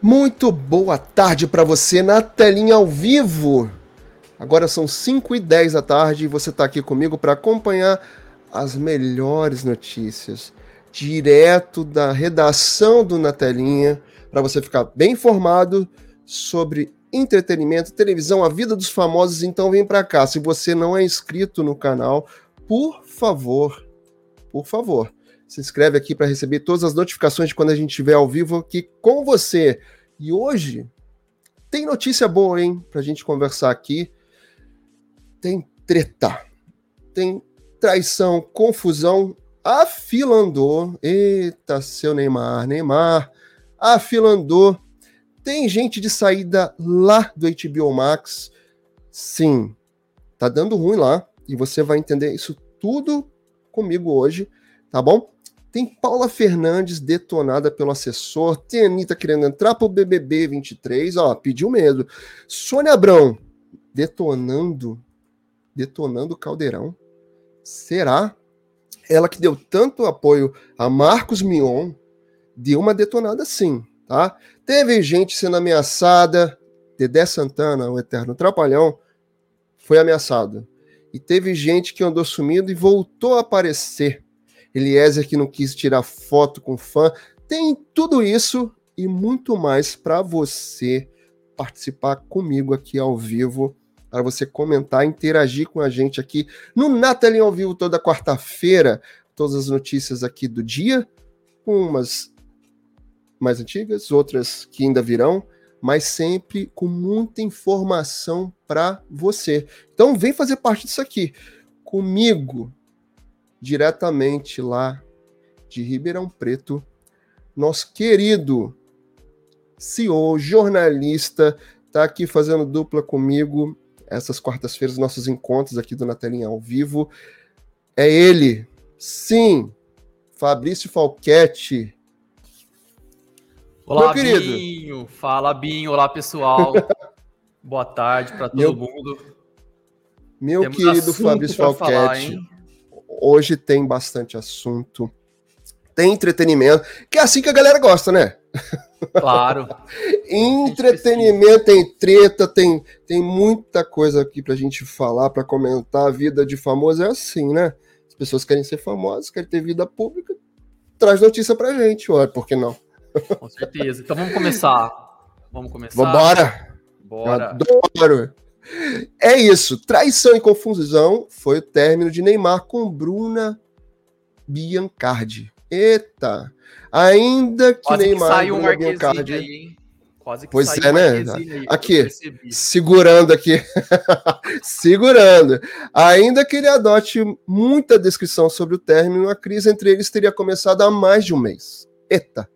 Muito boa tarde para você na telinha ao vivo. Agora são 5h10 da tarde e você está aqui comigo para acompanhar as melhores notícias direto da redação do Na Telinha, para você ficar bem informado sobre entretenimento, televisão, a vida dos famosos. Então vem para cá. Se você não é inscrito no canal, por favor, se inscreve aqui para receber todas as notificações de quando a gente estiver ao vivo aqui com você. E hoje tem notícia boa, hein? Pra gente conversar aqui. Tem treta, tem traição, confusão. A fila andou. Eita, seu Neymar, a fila andou. Tem gente de saída lá do HBO Max. Sim, tá dando ruim lá. E você vai entender isso tudo comigo hoje, tá bom? Tem Paula Fernandes detonada pelo assessor. Tem Anitta querendo entrar pro BBB 23. Ó, pediu mesmo. Sônia Abrão detonando o Caldeirão. Será? Ela que deu tanto apoio a Marcos Mion, deu uma detonada sim, tá? Teve gente sendo ameaçada. Dedé Santana, o eterno trapalhão, foi ameaçado. E teve gente que andou sumido e voltou a aparecer. Eliezer que não quis tirar foto com fã. Tem tudo isso e muito mais para você participar comigo aqui ao vivo, para você comentar, interagir com a gente aqui no Na Telinha ao vivo toda quarta-feira. Todas as notícias aqui do dia, umas mais antigas, outras que ainda virão, mas sempre com muita informação para você. Então vem fazer parte disso aqui comigo, diretamente lá de Ribeirão Preto, nosso querido CEO, jornalista, tá aqui fazendo dupla comigo essas quartas-feiras, nossos encontros aqui do Na Telinha ao vivo. É ele, sim, Fabrício Falquete. Olá, Binho. Fala, Binho. Olá, pessoal. Boa tarde para todo mundo. Meu Temos querido Fabrício Falquete. Hoje tem bastante assunto. Tem entretenimento, que é assim que a galera gosta, né? Claro. Entretenimento, tem treta, tem muita coisa aqui pra gente falar, pra comentar. A vida de famoso é assim, né? As pessoas querem ser famosas, querem ter vida pública. Traz notícia pra gente, olha, por que não? Com certeza. Então vamos começar. Vambora! Bora! Adoro! É isso, traição e confusão foi o término de Neymar com Bruna Biancardi. Eita! Ainda que quase Neymar que saiu e Bruna Biancardi... Aí, hein? Quase que pois saiu é, né? Aí, aqui, segurando aqui. Segurando. Ainda que ele adote muita descrição sobre o término, a crise entre eles teria começado há mais de um mês. Eita!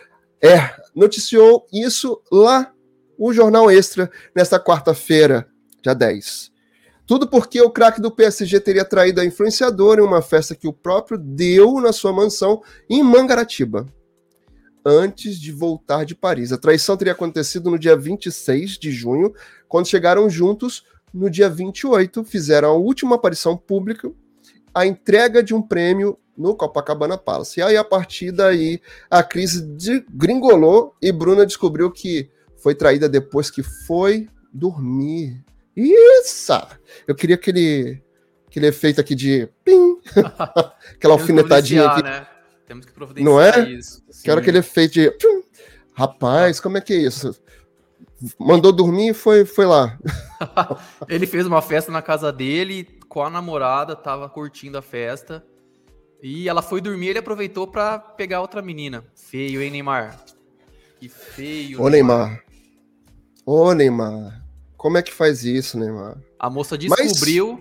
Noticiou isso lá o Jornal Extra nesta quarta-feira, dia 10. Tudo porque o craque do PSG teria traído a influenciadora em uma festa que o próprio deu na sua mansão em Mangaratiba, antes de voltar de Paris. A traição teria acontecido no dia 26 de junho, quando chegaram juntos no dia 28, fizeram a última aparição pública, a entrega de um prêmio no Copacabana Palace. E aí, a partir daí, a crise gringolou e Bruna descobriu que foi traída depois que foi dormir. Isso! Eu queria aquele efeito aqui de pim, aquela alfinetadinha aqui. Né? Temos que providenciar não é? Isso. Quero aquele efeito de pim. Rapaz, como é que é isso? Mandou dormir e foi lá. Ele fez uma festa na casa dele com a namorada, tava curtindo a festa. E ela foi dormir, ele aproveitou pra pegar outra menina. Feio, hein, Neymar? Que feio, Neymar. Ô, Neymar. Como é que faz isso, Neymar? A moça descobriu...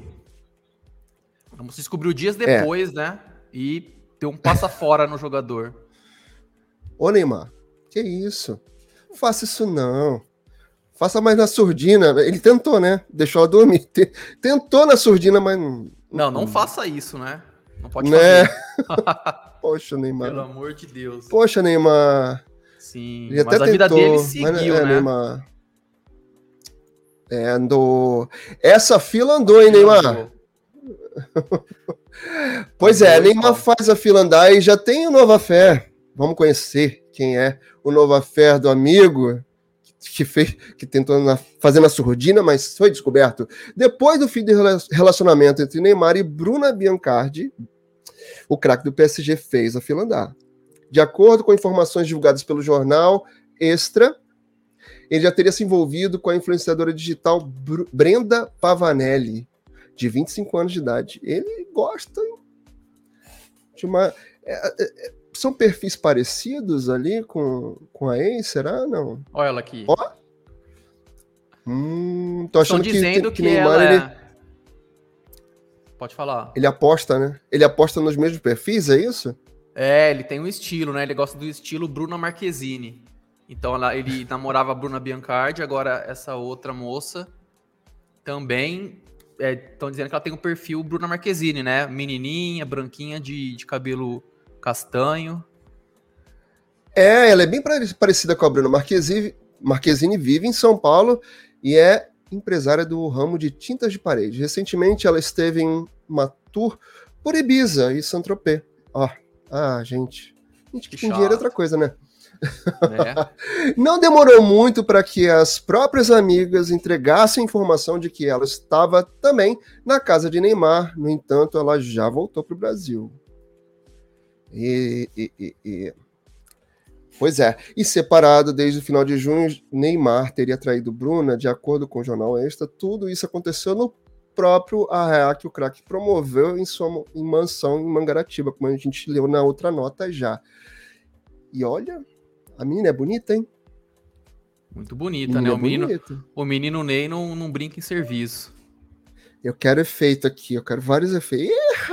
A moça descobriu dias depois, né? E deu um passa-fora no jogador. Ô, Neymar, que isso? Não faça isso, não. Faça mais na surdina. Ele tentou, né? Deixou ela dormir. Tentou na surdina, mas... Não faça isso, né? Não pode né? fazer. Poxa, Neymar. Pelo amor de Deus. Poxa, Neymar. Sim, ele mas até a vida tentou, dele seguiu, né? Neymar. Andou. Essa fila andou, hein, Neymar? Pois Neymar faz a fila andar e já tem o Nova Fé. Vamos conhecer quem é o novo affair do amigo, que tentou fazer na surdina, mas foi descoberto. Depois do fim do relacionamento entre Neymar e Bruna Biancardi, o craque do PSG fez a fila andar. De acordo com informações divulgadas pelo jornal Extra, ele já teria se envolvido com a influenciadora digital Brenda Pavanelli, de 25 anos de idade. Ele gosta de uma... São perfis parecidos ali com a ex, será? Não. Olha ela aqui. Ó. Tô achando que Neymar, ela Pode falar. Ele aposta, né? Ele aposta nos mesmos perfis, é isso? Ele tem um estilo, né? Ele gosta do estilo Bruna Marquezine. Então ele namorava a Bruna Biancardi, agora essa outra moça também estão dizendo que ela tem um perfil Bruna Marquezine, né? Menininha, branquinha, de cabelo castanho. Ela é bem parecida com a Bruna Marquezine. Marquezine vive em São Paulo e é empresária do ramo de tintas de parede. Recentemente ela esteve em uma tour por Ibiza e Saint-Tropez. Gente que tem dinheiro é outra coisa, né? Não demorou muito para que as próprias amigas entregassem a informação de que ela estava também na casa de Neymar. No entanto, ela já voltou para o Brasil. Pois é. E separado desde o final de junho, Neymar teria traído Bruna, de acordo com o jornal Extra. Tudo isso aconteceu no próprio arraiá que o craque promoveu em sua mansão em Mangaratiba, como a gente leu na outra nota já. E olha... A menina é bonita, hein? Muito bonita, né? O menino Ney não brinca em serviço. Eu quero efeito aqui, eu quero vários efeitos.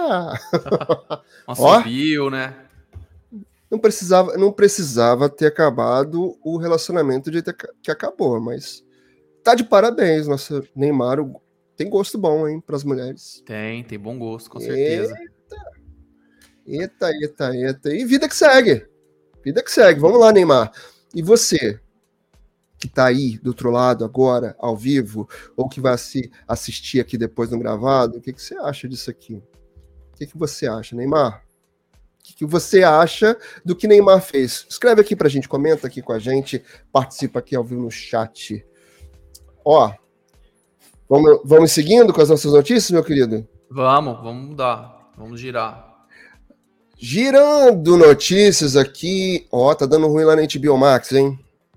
Subiu, né? Não precisava ter acabado o relacionamento que acabou, mas tá de parabéns, nosso Neymar tem gosto bom, hein, pras mulheres. Tem bom gosto, com certeza. Eita. E vida que segue. Vida que segue. Vamos lá, Neymar. E você, que tá aí do outro lado agora, ao vivo, ou que vai assistir aqui depois no gravado, o que você acha disso aqui? O que você acha, Neymar? O que você acha do que Neymar fez? Escreve aqui pra gente, comenta aqui com a gente, participa aqui ao vivo no chat. Vamos seguindo com as nossas notícias, meu querido? Vamos mudar. Vamos girar. Girando notícias aqui. Tá dando ruim lá na HBO Max, hein?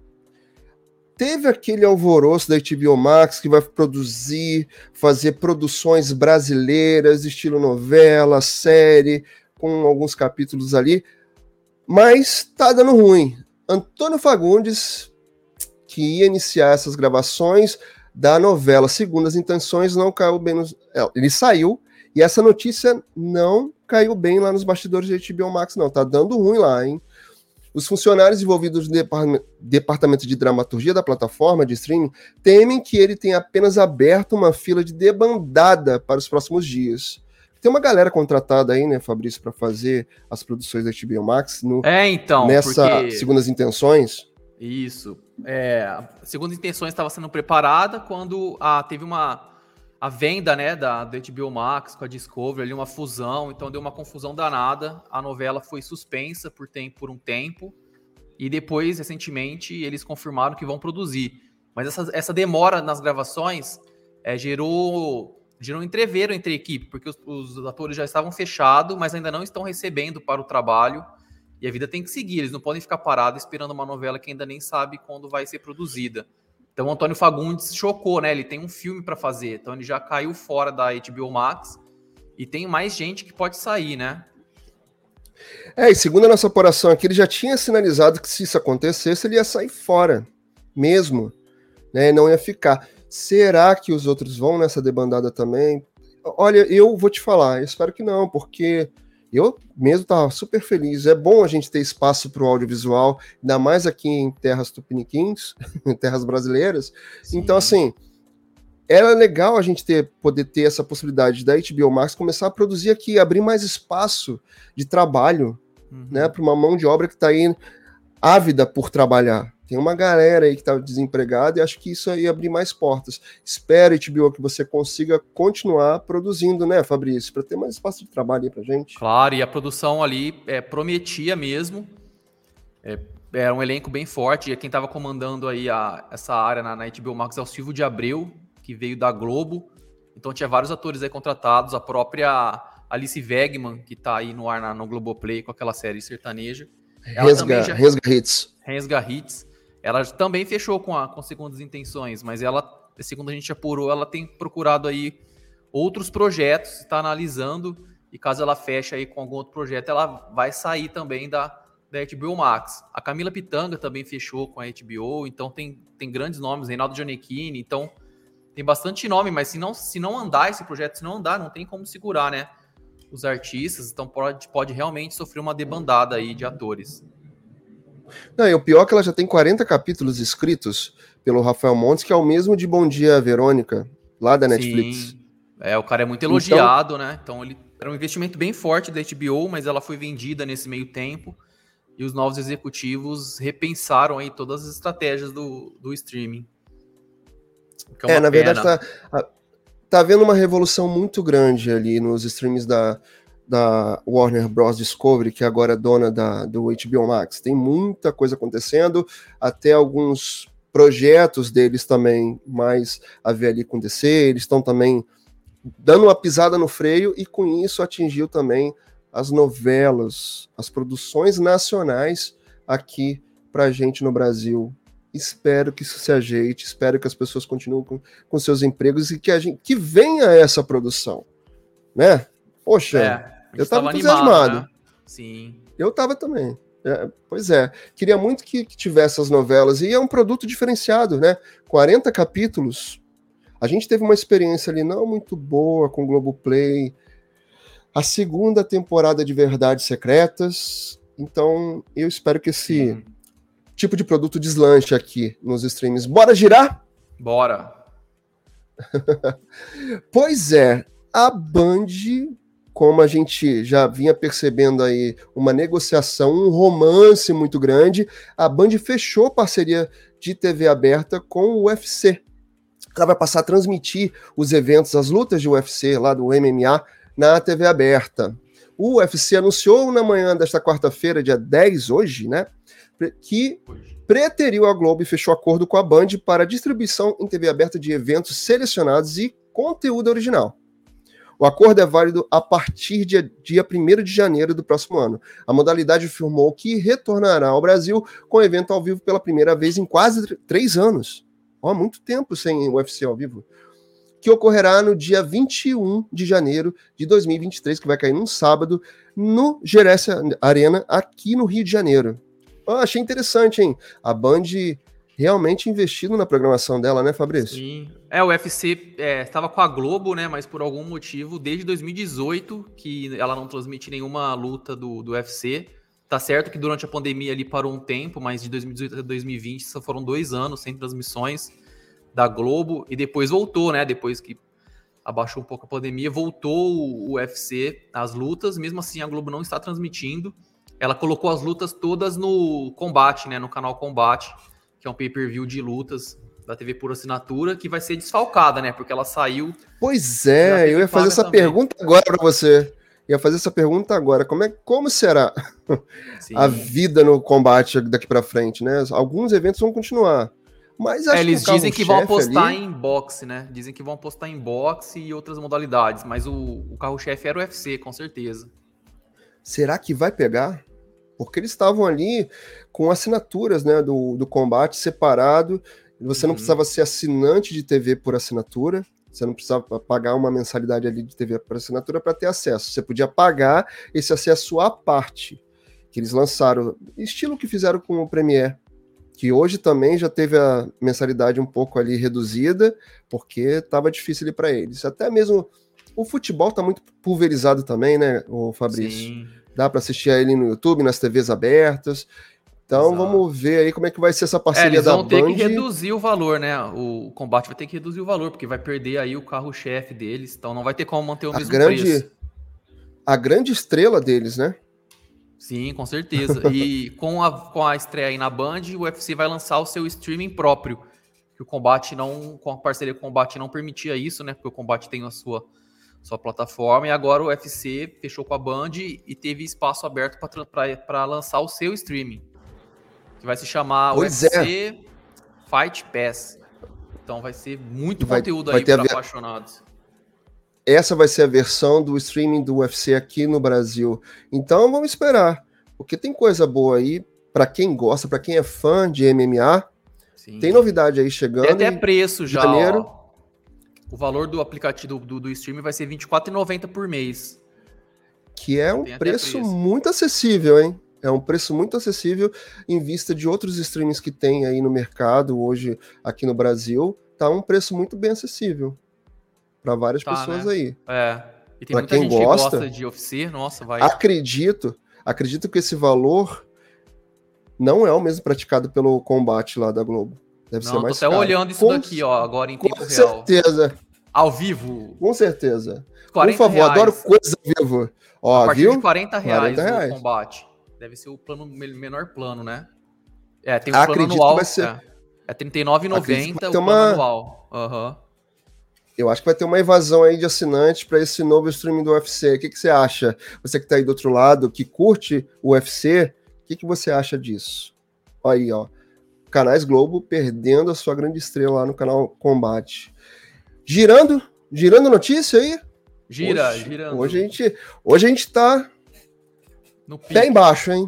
Teve aquele alvoroço da HBO Max que vai fazer produções brasileiras, estilo novela, série, com alguns capítulos ali. Mas tá dando ruim. Antônio Fagundes, que ia iniciar essas gravações da novela Segundo as Intenções, não caiu bem ele saiu, e essa notícia não caiu bem lá nos bastidores de HBO Max, não. Tá dando ruim lá, hein? Os funcionários envolvidos no departamento de dramaturgia da plataforma de streaming temem que ele tenha apenas aberto uma fila de debandada para os próximos dias. Tem uma galera contratada aí, né, Fabrício, para fazer as produções da HBO Max nessa Segundo as Intenções. Isso. Segundo as Intenções estava sendo preparada quando teve a venda, né, da HBO Max com a Discovery, ali uma fusão, então deu uma confusão danada. A novela foi suspensa por um tempo e depois, recentemente, eles confirmaram que vão produzir. Mas essa demora nas gravações gerou um entreveiro entre a equipe, porque os atores já estavam fechados, mas ainda não estão recebendo para o trabalho. E a vida tem que seguir, eles não podem ficar parados esperando uma novela que ainda nem sabe quando vai ser produzida. Então o Antônio Fagundes chocou, né? Ele tem um filme para fazer, então ele já caiu fora da HBO Max e tem mais gente que pode sair, né? E segundo a nossa apuração aqui, ele já tinha sinalizado que se isso acontecesse, ele ia sair fora mesmo, né? Não ia ficar. Será que os outros vão nessa debandada também? Olha, eu vou te falar, eu espero que não, porque eu mesmo tava super feliz. É bom a gente ter espaço para o audiovisual, ainda mais aqui em terras tupiniquins, em terras brasileiras. Sim. Então, assim, era legal a gente poder ter essa possibilidade da HBO Max começar a produzir aqui, abrir mais espaço de trabalho, né, para uma mão de obra que está aí ávida por trabalhar. Tem uma galera aí que está desempregada e acho que isso ia abrir mais portas. Espero, HBO, que você consiga continuar produzindo, né, Fabrício? Para ter mais espaço de trabalho aí pra gente. Claro, e a produção ali prometia mesmo. Era um elenco bem forte, e quem estava comandando aí essa área na HBO Max é o Silvio de Abreu, que veio da Globo. Então tinha vários atores aí contratados, a própria Alice Wegman, que tá aí no ar no Globoplay com aquela série sertaneja. Ela também já... Resga Hits. Resga Hits. Ela também fechou com segundas intenções, mas ela, segundo a gente apurou, ela tem procurado aí outros projetos, está analisando, e caso ela feche aí com algum outro projeto, ela vai sair também da HBO Max. A Camila Pitanga também fechou com a HBO, então tem grandes nomes, Reinaldo Gianecchini, então tem bastante nome, mas se não andar esse projeto, se não andar, não tem como segurar, né, os artistas, então pode realmente sofrer uma debandada aí de atores. Não, e o pior é que ela já tem 40 capítulos escritos pelo Rafael Montes, que é o mesmo de Bom Dia, Verônica, lá da Netflix. Sim, o cara é muito elogiado, né? Então ele era um investimento bem forte da HBO, mas ela foi vendida nesse meio tempo e os novos executivos repensaram aí todas as estratégias do streaming. Na verdade tá havendo uma revolução muito grande ali nos streams da Warner Bros. Discovery, que agora é dona do HBO Max. Tem muita coisa acontecendo, até alguns projetos deles também mais a ver ali com DC, eles estão também dando uma pisada no freio, e com isso atingiu também as novelas, as produções nacionais aqui pra gente no Brasil. Espero que isso se ajeite, espero que as pessoas continuem com seus empregos e que venha essa produção, né? Poxa, eu estava entusiasmado. Né? Sim. Eu estava também. Pois é. Queria muito que tivesse as novelas. E é um produto diferenciado, né? 40 capítulos. A gente teve uma experiência ali não muito boa com o Globoplay. A segunda temporada de Verdades Secretas. Então, eu espero que esse tipo de produto deslanche aqui nos streams. Bora girar? Bora. Pois é. A Band, como a gente já vinha percebendo aí, uma negociação, um romance muito grande, a Band fechou parceria de TV aberta com o UFC. Ela vai passar a transmitir os eventos, as lutas de UFC, lá do MMA, na TV aberta. O UFC anunciou na manhã desta quarta-feira, dia 10, hoje, né, que preteriu a Globo e fechou acordo com a Band para distribuição em TV aberta de eventos selecionados e conteúdo original. O acordo é válido a partir de dia 1º de janeiro do próximo ano. A modalidade afirmou que retornará ao Brasil com o evento ao vivo pela primeira vez em quase 3 anos. Há muito tempo sem o UFC ao vivo. Que ocorrerá no dia 21 de janeiro de 2023, que vai cair num sábado, no Geresse Arena, aqui no Rio de Janeiro. Achei interessante, hein? A Band realmente investindo na programação dela, né, Fabrício? Sim. O UFC estava com a Globo, né, mas por algum motivo, desde 2018, que ela não transmite nenhuma luta do UFC. Tá certo que durante a pandemia ali parou um tempo, mas de 2018 a 2020 só foram 2 anos sem transmissões da Globo, e depois voltou, né, depois que abaixou um pouco a pandemia, voltou o UFC, as lutas. Mesmo assim a Globo não está transmitindo. Ela colocou as lutas todas no Combate, né, no canal Combate, que é um pay-per-view de lutas da TV por assinatura, que vai ser desfalcada, né? Porque ela saiu... Pois é, eu ia fazer essa pergunta agora para você. Como será a vida no Combate daqui para frente, né? Alguns eventos vão continuar. Mas acho eles que dizem que vão apostar ali... em boxe, né? Dizem que vão apostar em boxe e outras modalidades. Mas o carro-chefe era o UFC, com certeza. Será que vai pegar? Porque eles estavam ali com assinaturas, né, do Combate separado. Você não precisava ser assinante de TV por assinatura. Você não precisava pagar uma mensalidade ali de TV por assinatura para ter acesso. Você podia pagar esse acesso à parte que eles lançaram. Estilo que fizeram com o Premiere, que hoje também já teve a mensalidade um pouco ali reduzida, porque estava difícil ali para eles. Até mesmo o futebol está muito pulverizado também, né, o Fabrício? Sim. Dá para assistir ele no YouTube, nas TVs abertas. Então, exato, vamos ver aí como é que vai ser essa parceria da Band. Eles vão ter que reduzir o valor, né? O Combate vai ter que reduzir o valor, porque vai perder aí o carro-chefe deles. Então não vai ter como manter o mesmo preço. A grande estrela deles, né? Sim, com certeza. E com a estreia aí na Band, o UFC vai lançar o seu streaming próprio. Que o Combate não, com a parceria com o Combate, não permitia isso, né? Porque o Combate tem a sua plataforma, e agora o UFC fechou com a Band e teve espaço aberto para lançar o seu streaming. que vai se chamar UFC Fight Pass. Então vai ser muito conteúdo aí para apaixonados. Essa vai ser a versão do streaming do UFC aqui no Brasil. Então vamos esperar, porque tem coisa boa aí para quem gosta, para quem é fã de MMA. Sim. Tem novidade aí chegando. Tem até preço já. Ó. O valor do aplicativo do streaming vai ser R$24,90 por mês. Que é um preço muito acessível, hein? É um preço muito acessível em vista de outros streamings que tem aí no mercado hoje aqui no Brasil. Tá um preço muito bem acessível para várias pessoas, né? Aí. E tem muita gente que gosta de UFC, nossa, vai. Acredito que esse valor não é o mesmo praticado pelo combate lá da Globo. Deve ser mais caro. Tô até olhando isso daqui, ó, agora em tempo real. Com certeza. Ao vivo. Com certeza. Por favor, adoro coisa ao vivo. Ó, a partir viu? de R$40 no combate. Deve ser o plano menor plano, né? Tem um plano anual. Vai ser... É R$39,90 o plano anual. Eu acho que vai ter uma invasão aí de assinantes para esse novo streaming do UFC. O que você acha? Você que tá aí do outro lado, que curte o UFC, o que você acha disso? Aí, ó. Canais Globo perdendo a sua grande estrela lá no canal Combate. Girando notícia aí? Girando. Hoje a gente tá no pé embaixo, hein?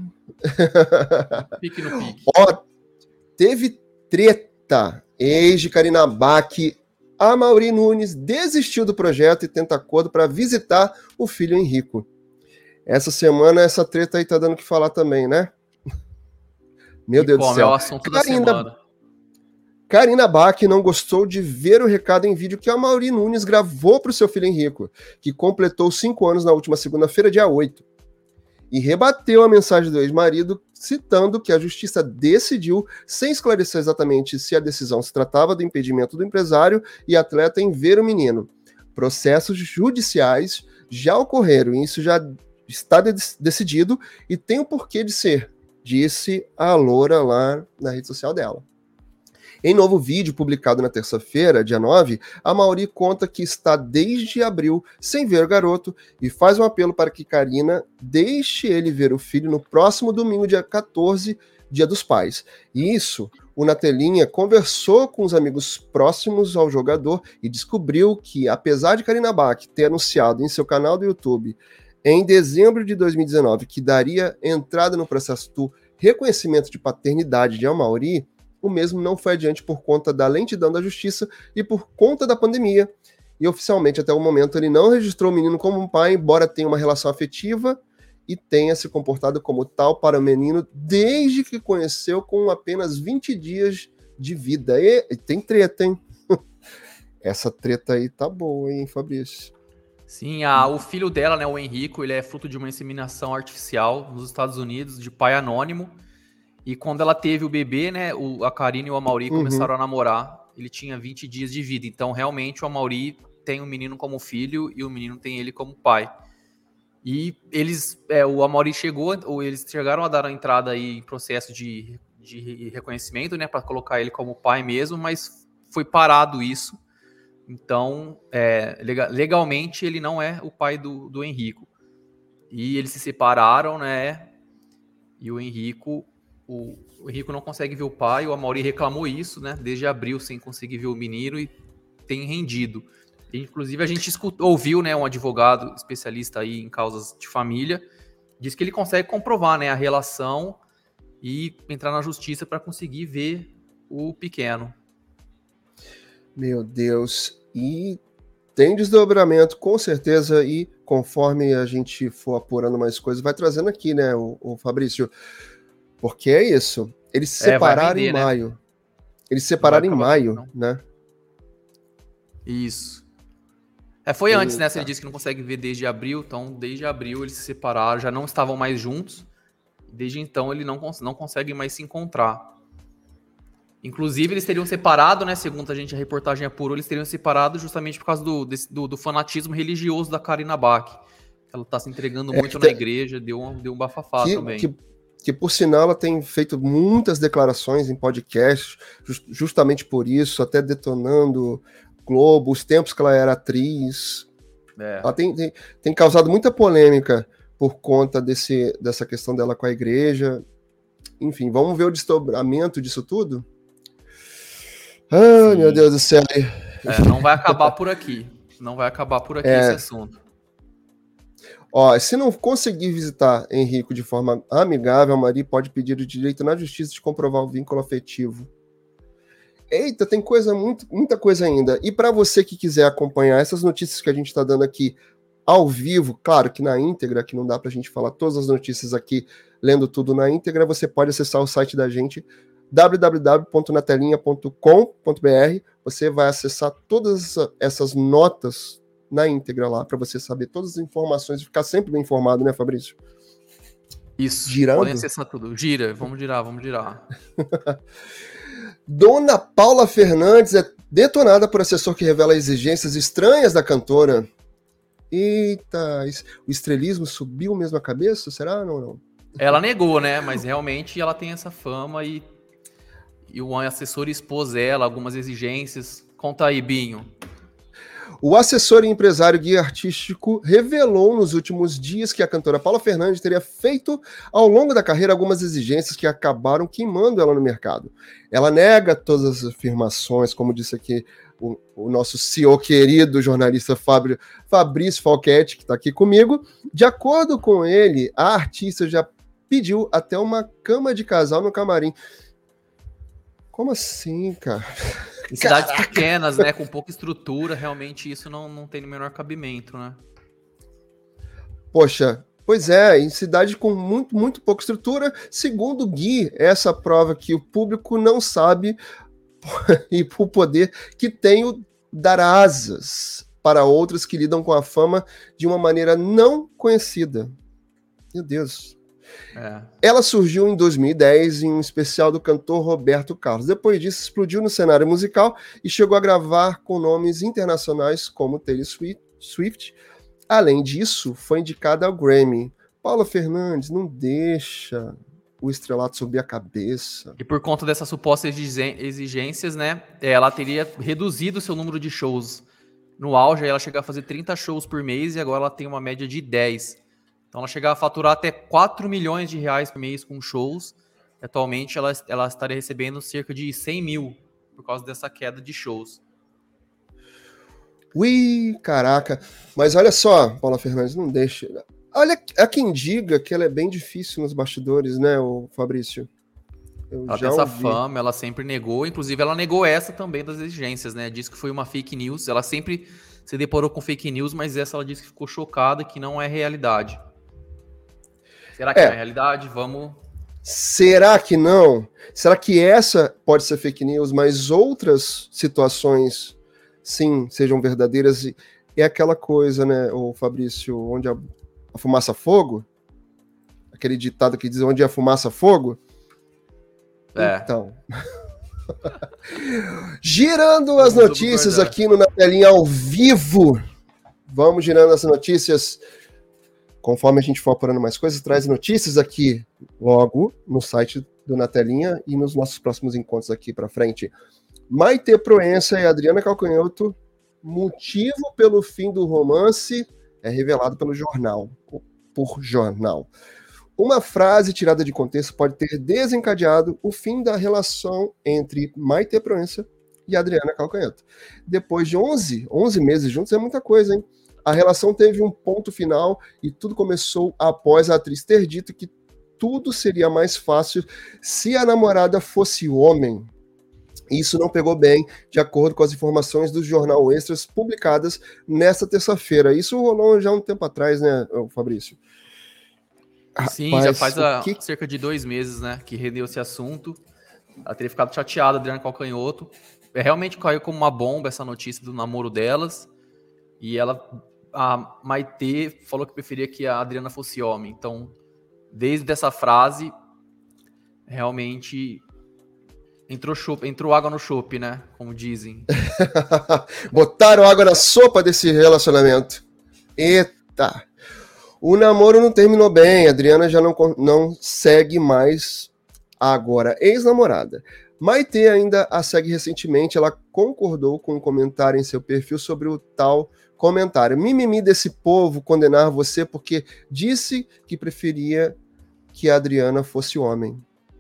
Pique no pique. Ó, teve treta. Ex de Karina Bach, Amaury Nunes desistiu do projeto e tenta acordo para visitar o filho Henrico. Essa semana essa treta aí tá dando o que falar também, né? Meu Deus do céu. É o assunto da semana. Karina Bach não gostou de ver o recado em vídeo que a Amaury Nunes gravou para o seu filho Henrico, que completou 5 anos na última segunda-feira, dia 8. E rebateu a mensagem do ex-marido, citando que a justiça decidiu, sem esclarecer exatamente se a decisão se tratava do impedimento do empresário e atleta em ver o menino. Processos judiciais já ocorreram e isso já está decidido e tem o porquê de ser, disse a loura lá na rede social dela. Em novo vídeo publicado na terça-feira, dia 9, a Amaury conta que está desde abril sem ver o garoto e faz um apelo para que Karina deixe ele ver o filho no próximo domingo, dia 14, dia dos pais. E isso, o Na Telinha conversou com os amigos próximos ao jogador e descobriu que, apesar de Karina Bach ter anunciado em seu canal do YouTube em dezembro de 2019 que daria entrada no processo do reconhecimento de paternidade de Amaury, o mesmo não foi adiante por conta da lentidão da justiça e por conta da pandemia. E oficialmente, até o momento, ele não registrou o menino como um pai, embora tenha uma relação afetiva e tenha se comportado como tal para o menino desde que conheceu com apenas 20 dias de vida. E tem treta, hein? Essa treta aí tá boa, hein, Fabrício? Sim, o filho dela, né, o Henrico, ele é fruto de uma inseminação artificial nos Estados Unidos, de pai anônimo. E quando ela teve o bebê, né, a Karina e o Amaury começaram a namorar. Ele tinha 20 dias de vida. Então, realmente, o Amaury tem o menino como filho e o menino tem ele como pai. E eles, o Amaury eles chegaram a dar a entrada aí em processo de reconhecimento, né, para colocar ele como pai mesmo, mas foi parado isso. Então, legalmente, ele não é o pai do Henrico. E eles se separaram, né, e o Henrico não consegue ver o pai, o Amaury reclamou isso, né, desde abril, sem conseguir ver o menino, e tem rendido. Inclusive, a gente ouviu, né, um advogado especialista aí em causas de família, diz que ele consegue comprovar, né, a relação e entrar na justiça para conseguir ver o pequeno. Meu Deus, e tem desdobramento, com certeza, e conforme a gente for apurando mais coisas, vai trazendo aqui, né, o Fabrício, porque é isso, eles se separaram em maio, né? Eles se separaram em maio, né? Isso. Foi antes, né, ele disse que não consegue ver desde abril, então desde abril eles se separaram, já não estavam mais juntos, desde então ele não consegue mais se encontrar. Inclusive, eles teriam separado, né? Segundo a reportagem apurou, eles teriam separado justamente por causa do fanatismo religioso da Karina Bach. Ela está se entregando muito na igreja, deu um bafafá também. Que, por sinal, ela tem feito muitas declarações em podcasts, justamente por isso, até detonando Globo, os tempos que ela era atriz. Ela tem causado muita polêmica por conta dessa questão dela com a igreja. Enfim, vamos ver o desdobramento disso tudo? Ai, meu Deus do céu. Não vai acabar por aqui. Não vai acabar por aqui esse assunto. Ó, se não conseguir visitar Henrico de forma amigável, a Mari pode pedir o direito na justiça de comprovar o vínculo afetivo. Eita, tem muita coisa ainda. E para você que quiser acompanhar essas notícias que a gente está dando aqui ao vivo, claro que na íntegra, que não dá para a gente falar todas as notícias aqui, lendo tudo na íntegra, você pode acessar o site da gente, www.natelinha.com.br. Você vai acessar todas essas notas na íntegra lá, para você saber todas as informações e ficar sempre bem informado, né, Fabrício? Isso, girando? Podem acessar tudo. Gira, vamos girar. Dona Paula Fernandes é detonada por assessor que revela exigências estranhas da cantora. Eita, o estrelismo subiu mesmo a cabeça? Será? Não. Ela negou, né? Mas realmente ela tem essa fama e o assessor expôs ela, algumas exigências. Conta aí, Binho. O assessor e empresário guia artístico revelou nos últimos dias que a cantora Paula Fernandes teria feito ao longo da carreira algumas exigências que acabaram queimando ela no mercado. Ela nega todas as afirmações, como disse aqui o nosso CEO querido, jornalista Fabrício Falchetti, que está aqui comigo. De acordo com ele, a artista já pediu até uma cama de casal no camarim. Como assim, cara? Em cidades pequenas, né, com pouca estrutura, realmente isso não tem o menor cabimento, né? Poxa, pois é, em cidade com muito pouca estrutura, segundo o Gui, essa prova que o público não sabe e o poder que tem o dar asas para outros que lidam com a fama de uma maneira não conhecida. Meu Deus. Ela surgiu em 2010 em um especial do cantor Roberto Carlos. Depois disso, explodiu no cenário musical e chegou a gravar com nomes internacionais como Taylor Swift. Além disso, foi indicada ao Grammy. Paula Fernandes, não deixa o estrelato subir a cabeça. E por conta dessas supostas exigências, né, ela teria reduzido seu número de shows. No auge, ela chegava a fazer 30 shows por mês e agora ela tem uma média de 10. Então ela chegava a faturar até 4 milhões de reais por mês com shows. Atualmente ela estaria recebendo cerca de 100 mil por causa dessa queda de shows. Ui, caraca. Mas olha só, Paula Fernandes, não deixa. Olha, há quem diga que ela é bem difícil nos bastidores, né, o Fabrício? Ela tem essa fama, ela sempre negou. Inclusive, ela negou essa também das exigências, né? Disse que foi uma fake news. Ela sempre se deparou com fake news, mas essa ela disse que ficou chocada, que não é realidade. Será que é realidade? Vamos... Será que não? Será que essa pode ser fake news, mas outras situações, sim, sejam verdadeiras? É aquela coisa, né, o Fabrício, onde a fumaça fogo? Aquele ditado que diz onde a fumaça fogo? Então. Girando as notícias aqui no Na Telinha ao vivo. Vamos girando as notícias. Conforme a gente for apurando mais coisas, traz notícias aqui logo no site do Na Telinha e nos nossos próximos encontros aqui para frente. Maite Proença e Adriana Calcanhoto, motivo pelo fim do romance é revelado pelo jornal. Por jornal. Uma frase tirada de contexto pode ter desencadeado o fim da relação entre Maite Proença e Adriana Calcanhoto. Depois de 11 meses juntos, é muita coisa, hein? A relação teve um ponto final e tudo começou após a atriz ter dito que tudo seria mais fácil se a namorada fosse homem. Isso não pegou bem, de acordo com as informações do Jornal Extras publicadas nesta terça-feira. Isso rolou já um tempo atrás, né, Fabrício? Sim, rapaz, já faz cerca de 2 meses, né, que rendeu esse assunto. Ela teria ficado chateada, Adriana Calcanhoto. Realmente caiu como uma bomba essa notícia do namoro delas. E a Maite falou que preferia que a Adriana fosse homem. Então, desde essa frase, realmente entrou água no chope, né? Como dizem. Botaram água na sopa desse relacionamento. Eita! O namoro não terminou bem. A Adriana já não segue mais agora ex-namorada. Maite ainda a segue recentemente. Ela concordou com um comentário em seu perfil sobre o tal comentário. Mimimi desse povo condenar você porque disse que preferia que a Adriana fosse homem.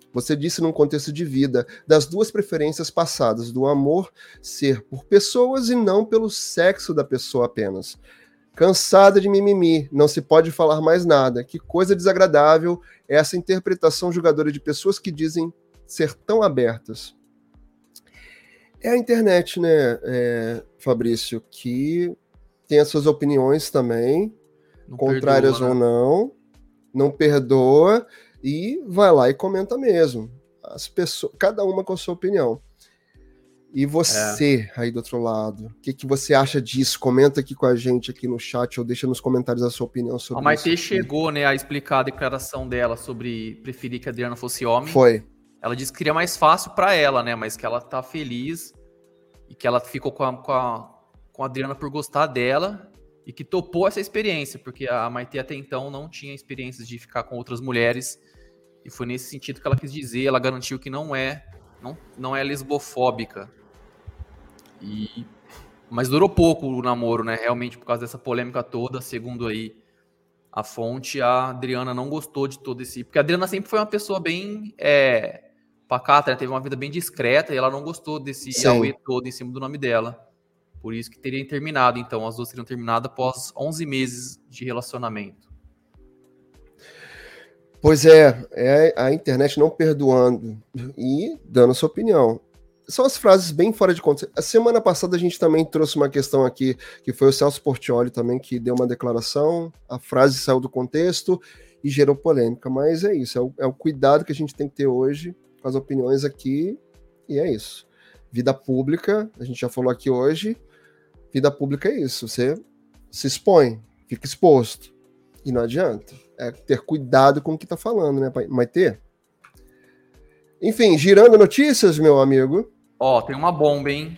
Você disse num contexto de vida, das duas preferências passadas, do amor ser por pessoas e não pelo sexo da pessoa apenas. Cansada de mimimi, não se pode falar mais nada. Que coisa desagradável essa interpretação julgadora de pessoas que dizem ser tão abertas. É a internet, né, Fabrício, que tem as suas opiniões também, Não contrárias perdoa, ou né? não perdoa e vai lá e comenta mesmo. As pessoas, cada uma com a sua opinião. E você, aí do outro lado, o que você acha disso? Comenta aqui com a gente aqui no chat ou deixa nos comentários a sua opinião A sobre Maitê isso. chegou, né, a explicar a declaração dela sobre preferir que a Adriana fosse homem. Foi. Ela disse que seria mais fácil para ela, né, mas que ela tá feliz e que ela ficou com a Adriana por gostar dela e que topou essa experiência, porque a Maitê até então não tinha experiências de ficar com outras mulheres e foi nesse sentido que ela quis dizer. Ela garantiu que não é lesbofóbica. Mas durou pouco o namoro, né? Realmente, por causa dessa polêmica toda, segundo aí a fonte, a Adriana não gostou de todo esse... Porque a Adriana sempre foi uma pessoa bem pacata, né? Teve uma vida bem discreta e ela não gostou desse auê todo em cima do nome dela. Por isso que teria terminado, então. As duas teriam terminado após 11 meses de relacionamento. Pois é a internet não perdoando e dando a sua opinião. São as frases bem fora de contexto. A semana passada a gente também trouxe uma questão aqui, que foi o Celso Portiolli também, que deu uma declaração, a frase saiu do contexto e gerou polêmica. Mas é isso, é o cuidado que a gente tem que ter hoje com as opiniões aqui, e é isso. Vida pública, a gente já falou aqui hoje, vida pública é isso, você se expõe, fica exposto, e não adianta. É ter cuidado com o que tá falando, né, Maitê? Enfim, girando notícias, meu amigo. Ó, tem uma bomba, hein?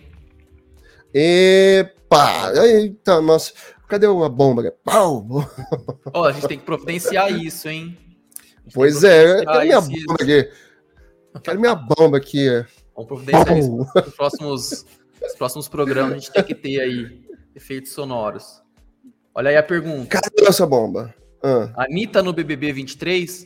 Epa! Eita, nossa. Cadê a bomba? Pau! Ó, a gente tem que providenciar isso, hein? Pois é, eu quero minha bomba aqui. Quero minha bomba aqui. Vamos providenciar isso nos próximos programas. A gente tem que ter aí efeitos sonoros. Olha aí a pergunta. Cadê essa bomba? Anitta no BBB 23?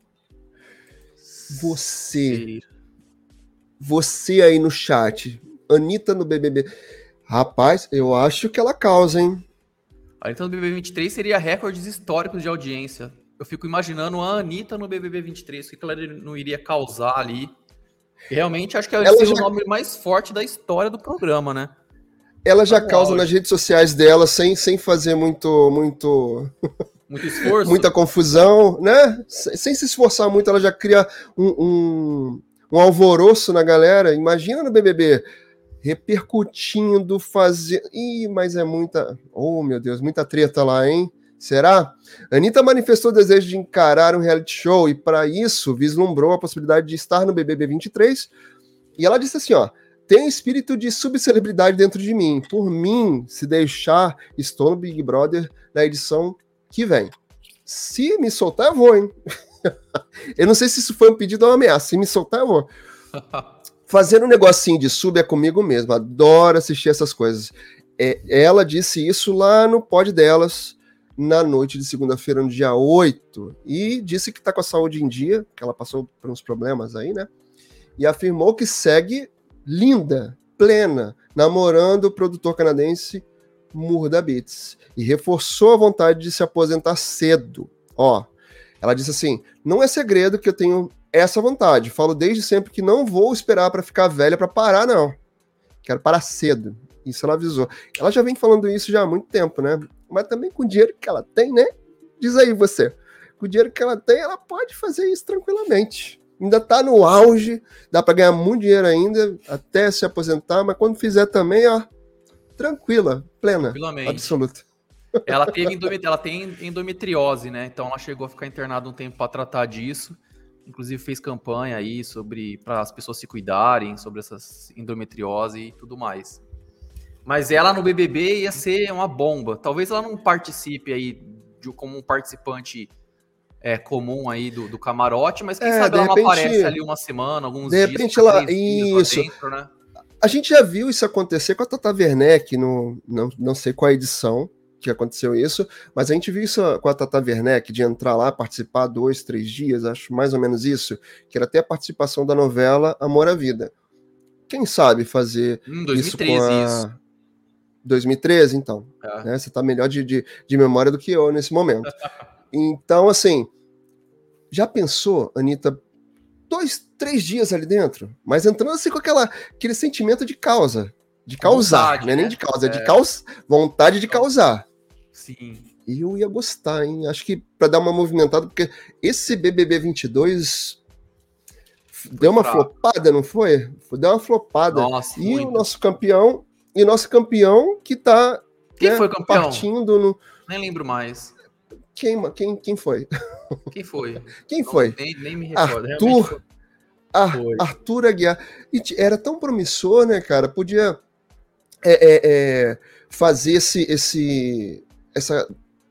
Você aí no chat, Anitta no BBB. Rapaz, eu acho que ela causa, hein? A Anitta no BBB 23 seria recordes históricos de audiência. Eu fico imaginando a Anitta no BBB 23, o que ela não iria causar ali. E realmente acho que ela seria o nome mais forte da história do programa, né? Ela já causa nas redes sociais dela sem fazer muito esforço, muita confusão, né? Sem se esforçar muito, ela já cria um alvoroço na galera. Imagina no BBB repercutindo, fazendo... mas é muita... Oh, meu Deus, muita treta lá, hein? Será? Anitta manifestou o desejo de encarar um reality show e, para isso, vislumbrou a possibilidade de estar no BBB 23. E ela disse assim, ó: tem espírito de subcelebridade dentro de mim. Por mim, se deixar, estou no Big Brother na edição que vem. Se me soltar, eu vou, hein? Eu não sei se isso foi um pedido ou uma ameaça. Se me soltar, eu vou. Fazer um negocinho de sub é comigo mesmo. Adoro assistir essas coisas. Ela disse isso lá no pod delas, na noite de segunda-feira, no dia 8. E disse que tá com a saúde em dia, que ela passou por uns problemas aí, né? E afirmou que segue linda, plena, namorando o produtor canadense Murda Beats. E reforçou a vontade de se aposentar cedo. Ó, ela disse assim: não é segredo que eu tenho essa vontade. Falo desde sempre que não vou esperar para ficar velha para parar, não. Quero parar cedo. Isso ela avisou. Ela já vem falando isso já há muito tempo, né? Mas também com o dinheiro que ela tem, né? Diz aí você. Com o dinheiro que ela tem, ela pode fazer isso tranquilamente. Ainda tá no auge, dá para ganhar muito dinheiro ainda, até se aposentar, mas quando fizer também, ó, tranquila, plena, absoluta. Ela tem endometriose, né? Então ela chegou a ficar internada um tempo para tratar disso. Inclusive fez campanha aí para as pessoas se cuidarem sobre essa endometriose e tudo mais. Mas ela no BBB ia ser uma bomba. Talvez ela não participe aí como um participante comum aí do camarote, mas quem sabe ela não aparece ali uma semana, alguns dias. De repente ela... Isso. Dentro, né? A gente já viu isso acontecer com a Tata Werneck, não sei qual a edição, que aconteceu isso, mas a gente viu isso com a Tata Werneck, de entrar lá, participar 2, 3 dias, acho mais ou menos isso, que era até a participação da novela Amor à Vida. Quem sabe fazer 2013, isso com a... isso. 2013, então. Né? Você tá melhor de memória do que eu nesse momento. Então, assim, já pensou, Anitta, 2, 3 dias ali dentro, mas entrando assim com aquele sentimento de causa, de causar, vontade, não é nem né? de causa, é de vontade de causar. Sim. E eu ia gostar, hein? Acho que pra dar uma movimentada, porque esse BBB 22 deu uma flopada, não foi? Deu uma flopada. Nossa, e o nosso campeão que tá Quem foi campeão? partindo no... Nem lembro mais. Quem foi? Quem foi? Quem foi? Nem me recordo. Arthur Aguiar. E era tão promissor, né, cara? Podia fazer essa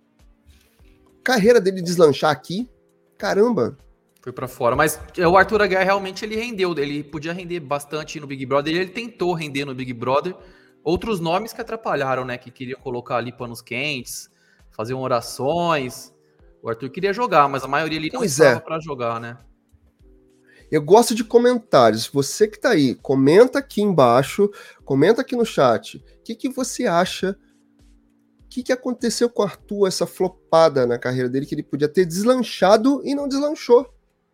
carreira dele deslanchar aqui. Caramba! Foi pra fora. Mas o Arthur Aguiar realmente ele rendeu. Ele podia render bastante no Big Brother. Ele tentou render no Big Brother. Outros nomes que atrapalharam, né? Que queriam colocar ali panos quentes, faziam orações. O Arthur queria jogar, mas a maioria ali não estava pra jogar, né? Eu gosto de comentários. Você que tá aí, comenta aqui embaixo, comenta aqui no chat. O que você acha? O que aconteceu com o Arthur, essa flopada na carreira dele, que ele podia ter deslanchado e não deslanchou?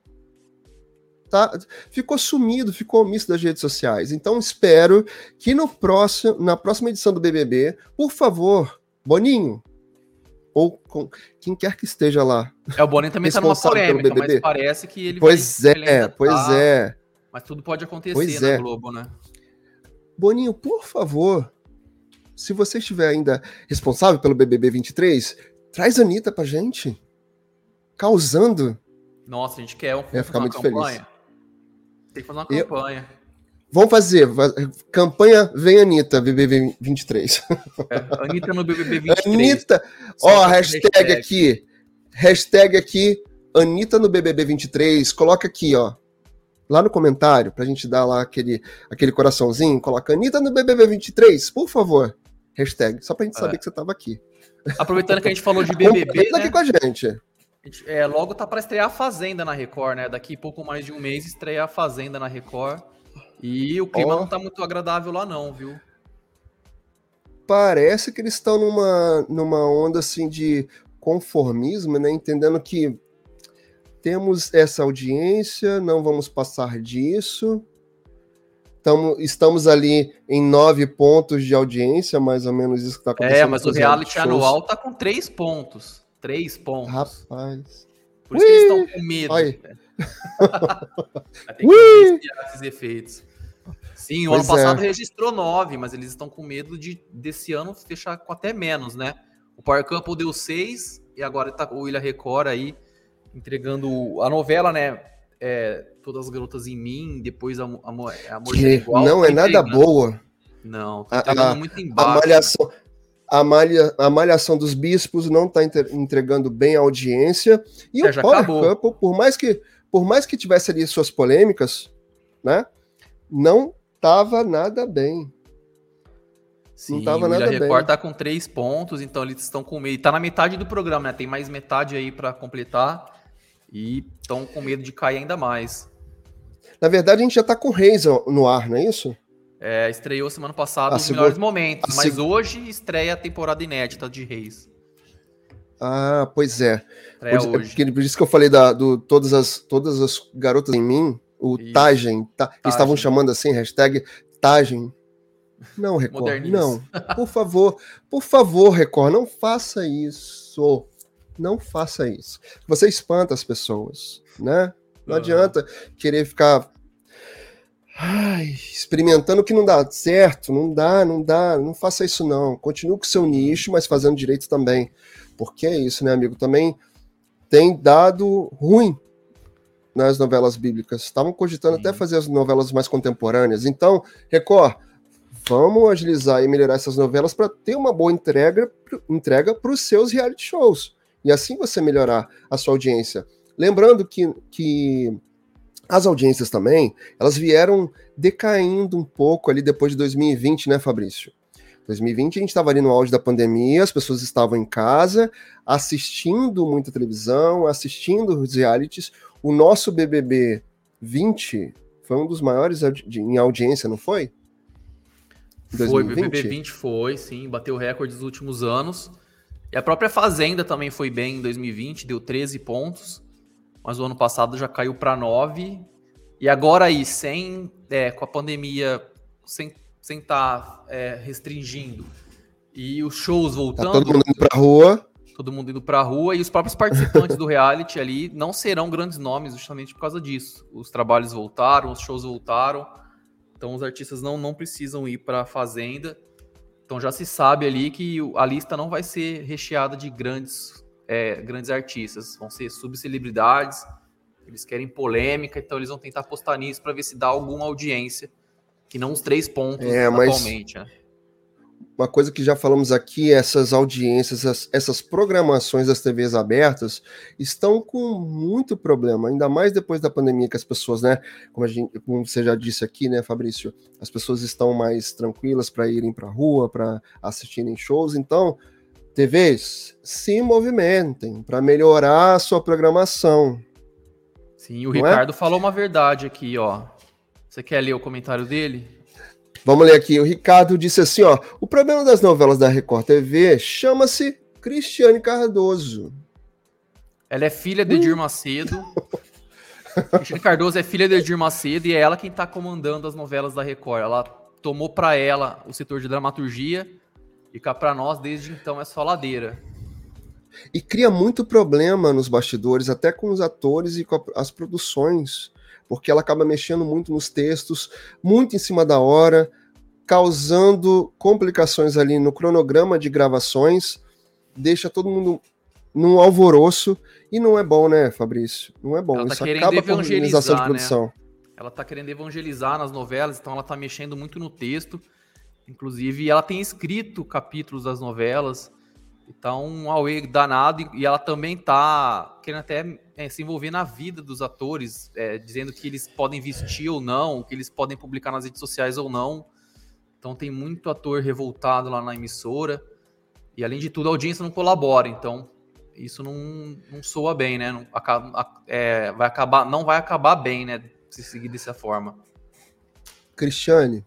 Tá? Ficou sumido, ficou omisso das redes sociais. Então espero que na próxima edição do BBB, por favor, Boninho, ou com quem quer que esteja lá. O Boninho também tá numa polêmica, mas parece que ele Pois é. Mas tudo pode acontecer na Globo, né? Boninho, por favor, se você estiver ainda responsável pelo BBB 23, traz a Anitta pra gente. Causando. Nossa, a gente quer ficar muito feliz. Tem que fazer uma campanha. Vamos fazer. Campanha Vem Anitta, BBB 23. Anitta no BBB 23. Anitta! Ó, hashtag aqui. Hashtag aqui, Anitta no BBB 23. Coloca aqui, ó. Lá no comentário, pra gente dar lá aquele coraçãozinho. Coloca Anitta no BBB 23, por favor. Hashtag. Só pra gente saber que você tava aqui. Aproveitando que a gente falou de BBB, né? Aqui com a gente. Logo tá pra estrear a Fazenda na Record, né? Daqui pouco mais de um mês estreia a Fazenda na Record. E o clima não tá muito agradável lá não, viu? Parece que eles estão numa onda assim de conformismo, né? Entendendo que temos essa audiência, não vamos passar disso. Estamos ali em 9 pontos de audiência, mais ou menos isso que tá acontecendo. Mas o reality anual tá com 3 pontos. 3 pontos. Rapaz. Por isso que eles estão com medo. Né? Tem que investigar esses efeitos. Sim, o ano passado registrou 9, mas eles estão com medo desse ano fechar com até menos, né? O Power Couple deu 6 e agora tá o Ilha Record aí entregando a novela, né? Todas as Garotas em Mim, depois Amor que Igual, não é nada boa. Não, tá entregando muito embaixo. A Malhação dos Bispos não tá entregando bem a audiência. E o Power Couple, por mais que tivesse ali suas polêmicas, né? Não tava nada bem. Sim, não tava nada bem. O Record tá com 3 pontos, então eles estão com medo. Tá na metade do programa, né? Tem mais metade aí para completar. E estão com medo de cair ainda mais. Na verdade, a gente já tá com Reis no ar, não é isso? Estreou semana passada os melhores momentos, mas hoje estreia a temporada inédita de Reis. Ah, pois é. Hoje. Por isso que eu falei todas as Garotas em Mim, o Tagen, que estavam chamando assim, hashtag Tagen. Não, Record, não. Por favor, Record, não faça isso. Não faça isso. Você espanta as pessoas, né? Não adianta querer ficar experimentando que não dá certo, não dá, não faça isso não. Continue com o seu nicho, mas fazendo direito também. Porque é isso, né, amigo? Também tem dado ruim nas novelas bíblicas. Estavam cogitando até fazer as novelas mais contemporâneas. Então, Record, vamos agilizar e melhorar essas novelas para ter uma boa entrega para os seus reality shows. E assim você melhorar a sua audiência. Lembrando que as audiências também, elas vieram decaindo um pouco ali depois de 2020, né, Fabrício? 2020 a gente estava ali no auge da pandemia, as pessoas estavam em casa, assistindo muita televisão, assistindo os realities. O nosso BBB 20 foi um dos maiores em audiência, não foi? Foi, BBB 20 foi, sim, bateu recorde dos últimos anos. E a própria Fazenda também foi bem em 2020, deu 13 pontos, mas o ano passado já caiu para 9. E agora aí, com a pandemia, sem estar restringindo, e os shows voltando... Tá todo mundo indo pra rua. Todo mundo indo pra rua, e os próprios participantes do reality ali não serão grandes nomes justamente por causa disso. Os trabalhos voltaram, os shows voltaram, então os artistas não precisam ir pra Fazenda. Então já se sabe ali que a lista não vai ser recheada de grandes artistas, vão ser subcelebridades, eles querem polêmica, então eles vão tentar apostar nisso para ver se dá alguma audiência, que não os 3 pontos atualmente, né? Uma coisa que já falamos aqui, essas audiências, essas programações das TVs abertas estão com muito problema, ainda mais depois da pandemia, que as pessoas, né, como você já disse aqui, né, Fabrício, as pessoas estão mais tranquilas para irem para a rua, para assistirem shows. Então, TVs, se movimentem para melhorar a sua programação. Sim, o Ricardo falou uma verdade aqui, ó. Você quer ler o comentário dele? Vamos ler aqui. O Ricardo disse assim, ó: o problema das novelas da Record TV chama-se Cristiane Cardoso. Ela é filha de Edir Macedo. Cristiane Cardoso é filha de Edir Macedo e é ela quem tá comandando as novelas da Record. Ela tomou para ela o setor de dramaturgia e cá para nós, desde então, é só ladeira. E cria muito problema nos bastidores, até com os atores e com as produções, porque ela acaba mexendo muito nos textos, muito em cima da hora, causando complicações ali no cronograma de gravações, deixa todo mundo num alvoroço, e não é bom, né, Fabrício? Não é bom, ela tá isso acaba com a organização de produção. Né? Ela tá querendo evangelizar nas novelas, então ela tá mexendo muito no texto, inclusive ela tem escrito capítulos das novelas, então um auê danado, e ela também tá querendo até se envolver na vida dos atores, dizendo que eles podem vestir ou não, que eles podem publicar nas redes sociais ou não. Então tem muito ator revoltado lá na emissora, e além de tudo a audiência não colabora, então isso não soa bem, né? Não vai acabar bem, né? Se seguir dessa forma. Cristiane,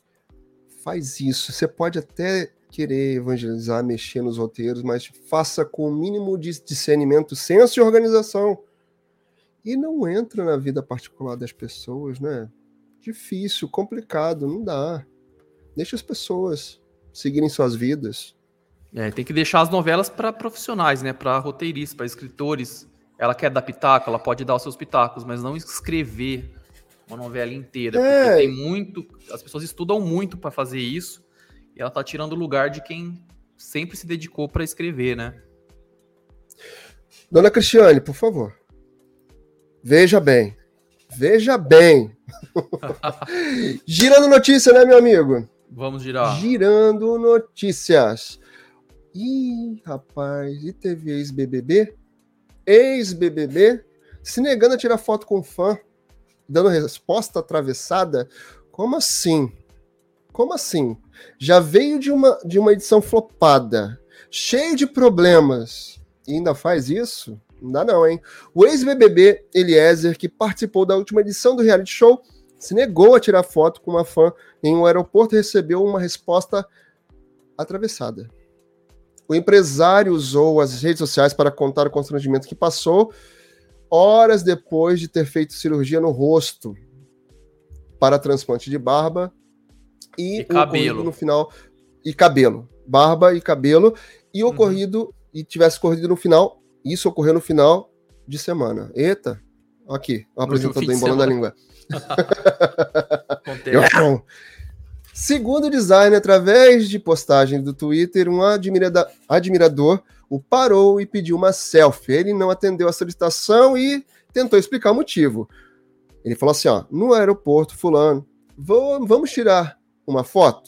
faz isso. Você pode até querer evangelizar, mexer nos roteiros, mas faça com o mínimo de discernimento, senso e organização. E não entra na vida particular das pessoas, né? Difícil, complicado, não dá. Deixa as pessoas seguirem suas vidas. Tem que deixar as novelas para profissionais, né? Para roteiristas, para escritores. Ela quer dar pitaco, ela pode dar os seus pitacos, mas não escrever uma novela inteira. Porque tem muito... As pessoas estudam muito para fazer isso. E ela tá tirando o lugar de quem sempre se dedicou para escrever, né? Dona Cristiane, por favor. Veja bem. Veja bem. Girando notícia, né, meu amigo? Vamos girar. Girando notícias. Ih, rapaz, e teve ex-BBB? Ex-BBB se negando a tirar foto com fã, dando resposta atravessada? Como assim? Como assim? Já veio de uma edição flopada, cheio de problemas, e ainda faz isso? Não dá não, hein? O ex-BBB Eliezer, que participou da última edição do reality show, se negou a tirar foto com uma fã em um aeroporto e recebeu uma resposta atravessada. O empresário usou as redes sociais para contar o constrangimento que passou horas depois de ter feito cirurgia no rosto para transplante de barba e cabelo no final, e cabelo, barba e cabelo, e tivesse ocorrido no final. Isso ocorreu no final de semana. Eita, aqui, o apresentador embolando a língua. Segundo o designer, através de postagem do Twitter, um admirador o parou e pediu uma selfie. Ele não atendeu a solicitação e tentou explicar o motivo. Ele falou assim, ó: no aeroporto, fulano, vamos tirar uma foto?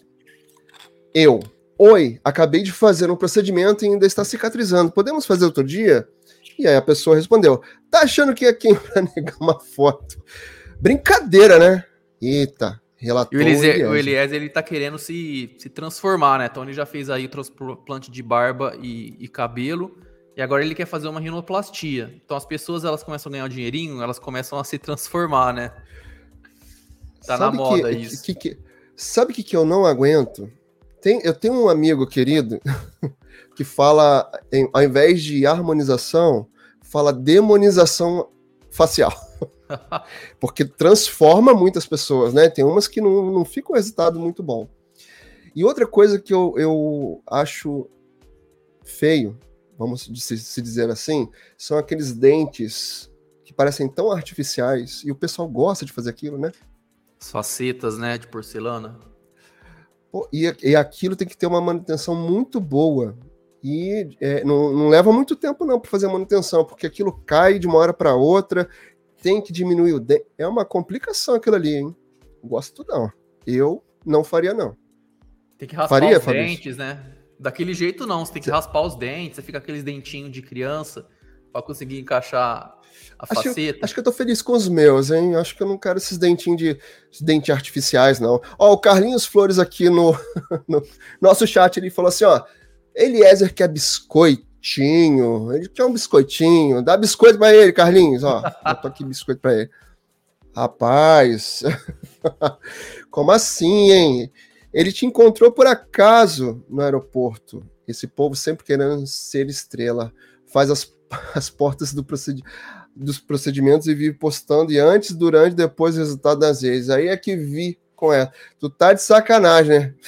Oi, acabei de fazer um procedimento e ainda está cicatrizando. Podemos fazer outro dia? E aí a pessoa respondeu: tá achando que é quem pra negar uma foto? Brincadeira, né? Eita, Relatou E o Eliezer. Eliezer, ele tá querendo se transformar, né? Então ele já fez aí transplante de barba e cabelo, e agora ele quer fazer uma rinoplastia. Então as pessoas, elas começam a ganhar um dinheirinho, elas começam a se transformar, né? Tá na Sabe moda isso. sabe o que eu não aguento? Eu tenho um amigo querido que fala, ao invés de harmonização, fala demonização facial. Porque transforma muitas pessoas, né? Tem umas que não ficam um resultado muito bom. E outra coisa que eu acho feio, vamos se dizer assim, são aqueles dentes que parecem tão artificiais e o pessoal gosta de fazer aquilo, né? As facetas, né, de porcelana. Pô, e aquilo tem que ter uma manutenção muito boa. E não leva muito tempo não para fazer a manutenção, porque aquilo cai de uma hora para outra, tem que diminuir o dente. É uma complicação aquilo ali, hein? Gosto não. Eu não faria, não. Tem que raspar os dentes, né? Daquele jeito não, você tem que raspar os dentes, você fica aqueles dentinhos de criança para conseguir encaixar a faceta. Acho que eu tô feliz com os meus, hein? Acho que eu não quero esses dentinhos dentes artificiais, não. Ó, o Carlinhos Flores aqui no nosso chat, ele falou assim, ó, Eliezer quer biscoitinho, ele quer um biscoitinho, dá biscoito pra ele, Carlinhos, ó, eu tô aqui biscoito pra ele. Rapaz, como assim, hein? Ele te encontrou por acaso no aeroporto. Esse povo sempre querendo ser estrela. Faz as portas dos procedimentos e vive postando. E antes, durante, depois o resultado das vezes. Aí é que vi com ela. Tu tá de sacanagem, né?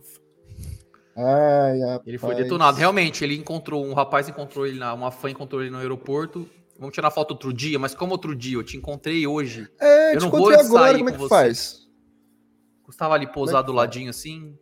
Ai, rapaz. Ele foi detonado. Realmente, um rapaz encontrou ele uma fã encontrou ele no aeroporto. Vamos tirar foto outro dia, mas como outro dia? Eu te encontrei hoje. Eu não vou agora, sair como é que faz? Estava ali pousado do ladinho assim.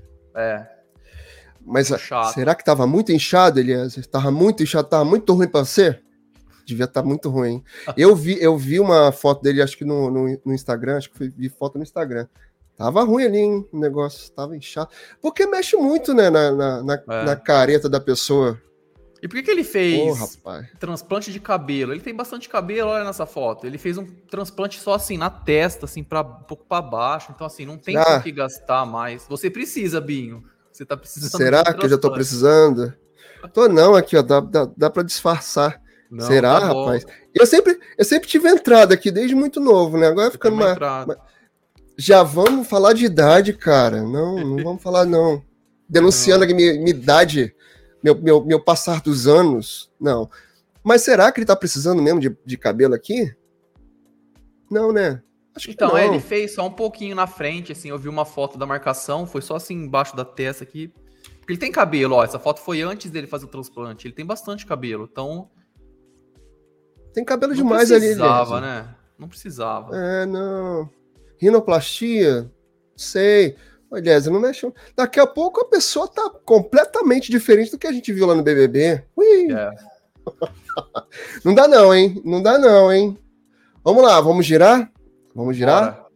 Mas será que tava muito inchado, Eliezer? Tava muito inchado, tava muito ruim pra você? Devia estar muito ruim. Eu vi uma foto dele, acho que no Instagram, vi foto no Instagram. Tava ruim ali, hein, o negócio, tava inchado. Porque mexe muito, né, na careta da pessoa. E por que ele fez transplante de cabelo? Ele tem bastante cabelo, olha nessa foto. Ele fez um transplante só assim, na testa, assim, um pouco pra baixo. Então, assim, não tem por que gastar mais. Você precisa, Binho. Você tá precisando. Será que eu já tô precisando? Tô não, aqui, ó, dá pra disfarçar. Não, será, tá rapaz? Eu sempre tive entrada aqui desde muito novo, né? Agora ficando Já vamos falar de idade, cara. Não vamos falar, não. Denunciando aqui minha idade, meu passar dos anos. Não. Mas será que ele tá precisando mesmo de cabelo aqui? Não, né? Acho que então, não. Ele fez só um pouquinho na frente, assim, eu vi uma foto da marcação, foi só assim embaixo da testa aqui. Porque ele tem cabelo, ó, essa foto foi antes dele fazer o transplante. Ele tem bastante cabelo, então... Tem cabelo demais ali. Não precisava, né? Não precisava. Não. Rinoplastia? Sei. Aliás, não mexe. Daqui a pouco a pessoa tá completamente diferente do que a gente viu lá no BBB. Ui. Não dá não, hein? Não dá não, hein? Vamos lá, vamos girar? Vamos girar? Bora.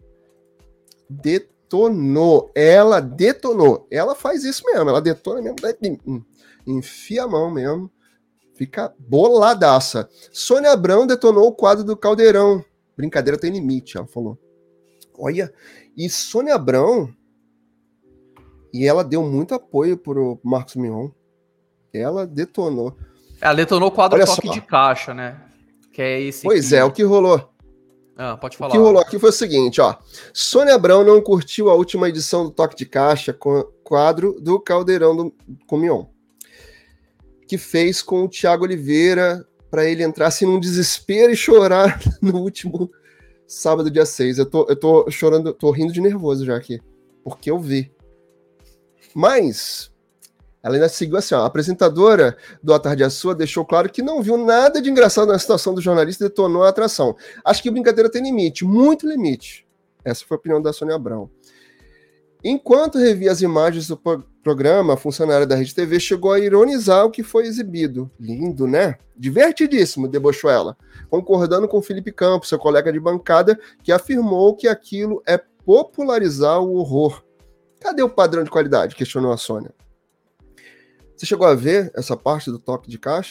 Detonou. Ela detonou. Ela faz isso mesmo. Ela detona mesmo. Enfia a mão mesmo. Fica boladaça. Sônia Abrão detonou o quadro do Caldeirão. Brincadeira tem limite, ela falou. Olha, e Sônia Abrão, e ela deu muito apoio pro Marcos Mion. Ela detonou. Ela detonou o quadro Toque de Caixa, né? Que é esse. Pois é, o que rolou. Pode falar. O que rolou aqui foi o seguinte, ó. Sônia Abrão não curtiu a última edição do Toque de Caixa com o quadro do Caldeirão com Mion, que fez com o Thiago Oliveira para ele entrar assim num desespero e chorar no último sábado, dia 6. Eu tô chorando, tô rindo de nervoso já aqui, porque eu vi. Mas ela ainda seguiu assim, ó, a apresentadora do A Tarde é Sua deixou claro que não viu nada de engraçado na situação do jornalista e detonou a atração. Acho que brincadeira tem limite, muito limite. Essa foi a opinião da Sônia Abrão. Enquanto revia as imagens do programa, a funcionária da Rede TV chegou a ironizar o que foi exibido. Lindo, né? Divertidíssimo, debochou ela, concordando com Felipe Campos, seu colega de bancada, que afirmou que aquilo é popularizar o horror. Cadê o padrão de qualidade? Questionou a Sônia. Você chegou a ver essa parte do Toque de Caixa,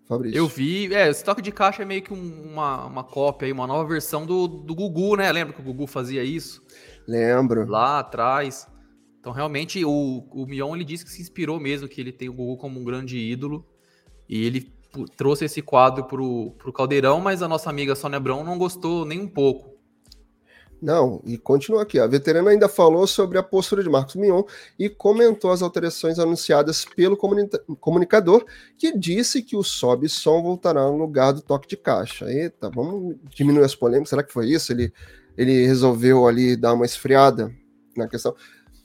Fabrício? Eu vi, esse toque de caixa é meio que uma cópia aí, uma nova versão do Gugu, né? Lembra que o Gugu fazia isso? Lembro. Lá atrás. Então, realmente, o Mion, ele disse que se inspirou mesmo, que ele tem o Gugu como um grande ídolo. E ele trouxe esse quadro pro Caldeirão, mas a nossa amiga Sônia Abrão não gostou nem um pouco. Não, e continua aqui. A veterana ainda falou sobre a postura de Marcos Mion e comentou as alterações anunciadas pelo comunicador, que disse que o sobe som voltará no lugar do toque de caixa. Eita, vamos diminuir as polêmicas. Será que foi isso? Ele resolveu ali dar uma esfriada na questão.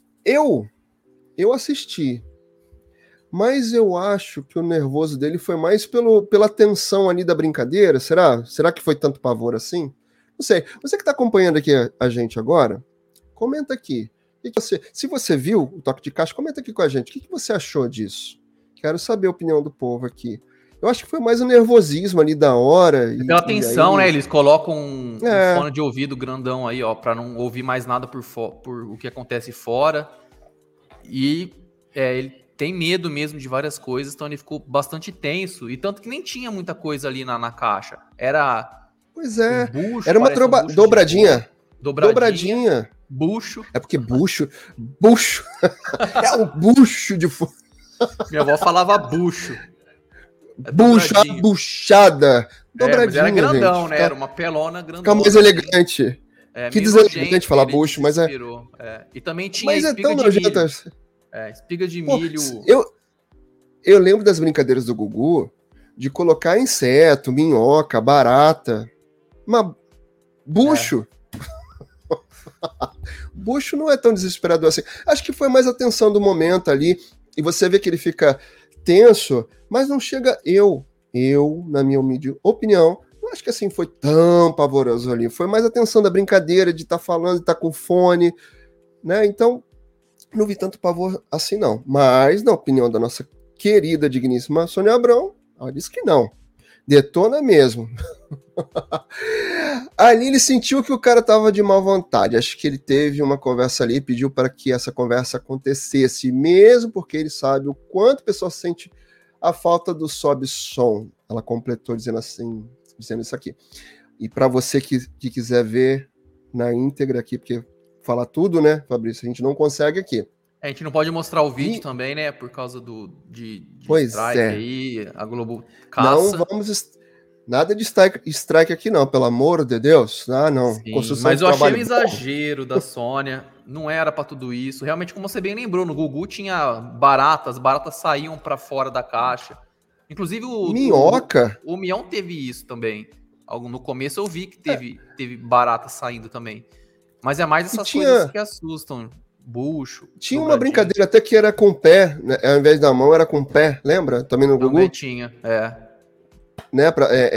Eu assisti, mas eu acho que o nervoso dele foi mais pela tensão ali da brincadeira. Será que foi tanto pavor assim? Não sei. Você que está acompanhando aqui a gente agora, comenta aqui. Se você viu o toque de caixa, comenta aqui com a gente. O que você achou disso? Quero saber a opinião do povo aqui. Eu acho que foi mais o nervosismo ali da hora. Pela tensão, né? Eles colocam um fone de ouvido grandão aí, ó, para não ouvir mais nada por o que acontece fora. E ele tem medo mesmo de várias coisas, então ele ficou bastante tenso. E tanto que nem tinha muita coisa ali na caixa. Pois é, bucho, era uma dobradinha. Dobradinha. Bucho. É porque bucho. É um bucho de fogo. Minha avó falava bucho. Bucho, a buchada. Dobradinha, mas era grandão, gente, né? Era uma pelona grandona. Fica mais elegante. Que deselegante falar bucho, mas é. E também tinha espiga de milho. Espiga de milho. Eu lembro das brincadeiras do Gugu de colocar inseto, minhoca, barata. Mas bucho. Bucho não é tão desesperador assim. Acho que foi mais a tensão do momento ali. E você vê que ele fica tenso, mas não chega. Eu, na minha humilde opinião, não acho que assim foi tão pavoroso ali. Foi mais a tensão da brincadeira, de estar falando, de estar com fone, né? Então, não vi tanto pavor assim, não. Mas, na opinião da nossa querida, digníssima Sônia Abrão, ela disse que não. Detona mesmo. Ali ele sentiu que o cara tava de má vontade. Acho que ele teve uma conversa ali e pediu para que essa conversa acontecesse, mesmo porque ele sabe o quanto a pessoa sente a falta do sobe-som. Ela completou dizendo isso aqui. E para você que quiser ver na íntegra aqui, porque falar tudo, né, Fabrício, a gente não consegue aqui. A gente não pode mostrar o vídeo também, né? Por causa de pois strike é. Aí, a Globo caça. Não vamos... Nada de strike aqui não, pelo amor de Deus. Ah, não. Sim, mas eu achei um exagero da Sônia. Não era pra tudo isso. Realmente, como você bem lembrou, no Gugu tinha baratas saíam pra fora da caixa. Inclusive minhoca. O Mion teve isso também. No começo eu vi que teve barata saindo também. Mas é mais essas coisas que assustam. Bucho. Tinha uma brincadeira até que era com o pé, né? Ao invés da mão era com o pé, lembra? Também no Gugu? Também tinha, né?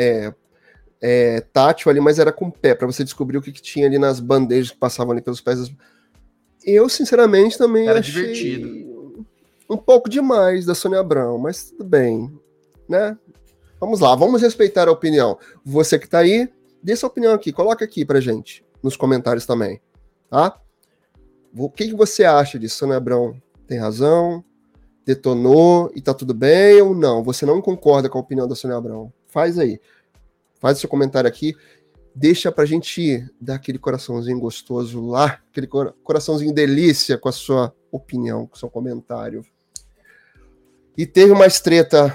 Tátil ali, mas era com o pé, pra você descobrir o que tinha ali nas bandejas que passavam ali pelos pés. Eu, sinceramente, também era achei divertido. Um pouco demais da Sônia Abrão, mas tudo bem, né? Vamos lá, vamos respeitar a opinião. Você que tá aí, dê sua opinião aqui, coloca aqui pra gente, nos comentários também, tá? O que você acha disso? Sônia Abrão tem razão? Detonou e tá tudo bem ou não? Você não concorda com a opinião da Sônia Abrão? Faz aí. Faz seu comentário aqui. Deixa pra gente dar aquele coraçãozinho gostoso lá, aquele coraçãozinho delícia com a sua opinião, com o seu comentário. E teve mais treta.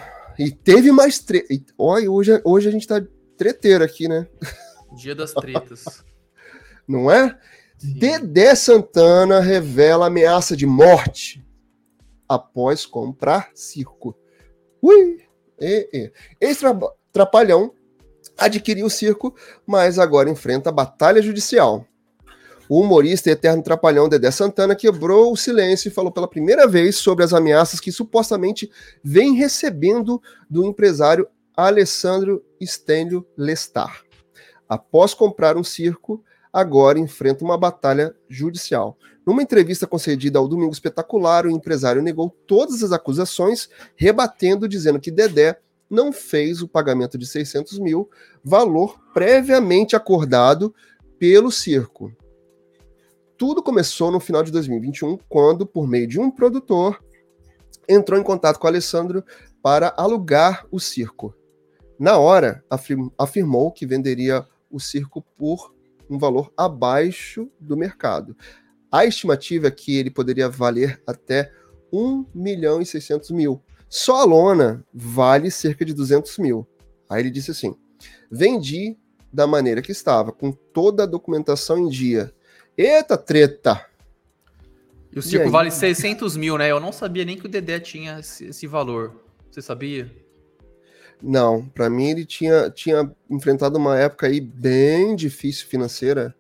Olha, hoje a gente tá treteiro aqui, né? Dia das tretas. Não é? Sim. Dedé Santana revela ameaça de morte após comprar circo. Ex-trapalhão adquiriu o circo, mas agora enfrenta batalha judicial. O humorista e eterno trapalhão Dedé Santana quebrou o silêncio e falou pela primeira vez sobre as ameaças que supostamente vem recebendo do empresário Alessandro Stênio Lestar. Após comprar um circo, agora enfrenta uma batalha judicial. Numa entrevista concedida ao Domingo Espetacular, o empresário negou todas as acusações, rebatendo, dizendo que Dedé não fez o pagamento de 600 mil, valor previamente acordado pelo circo. Tudo começou no final de 2021, quando, por meio de um produtor, entrou em contato com o Alessandro para alugar o circo. Na hora, afirmou que venderia o circo por um valor abaixo do mercado. A estimativa é que ele poderia valer até 1.600.000. Só a lona vale cerca de 200 mil. Aí ele disse assim: vendi da maneira que estava, com toda a documentação em dia. Eita treta! E o circo vale 600 mil, né? Eu não sabia nem que o Dedé tinha esse valor. Você sabia? Não, para mim ele tinha enfrentado uma época aí bem difícil financeira.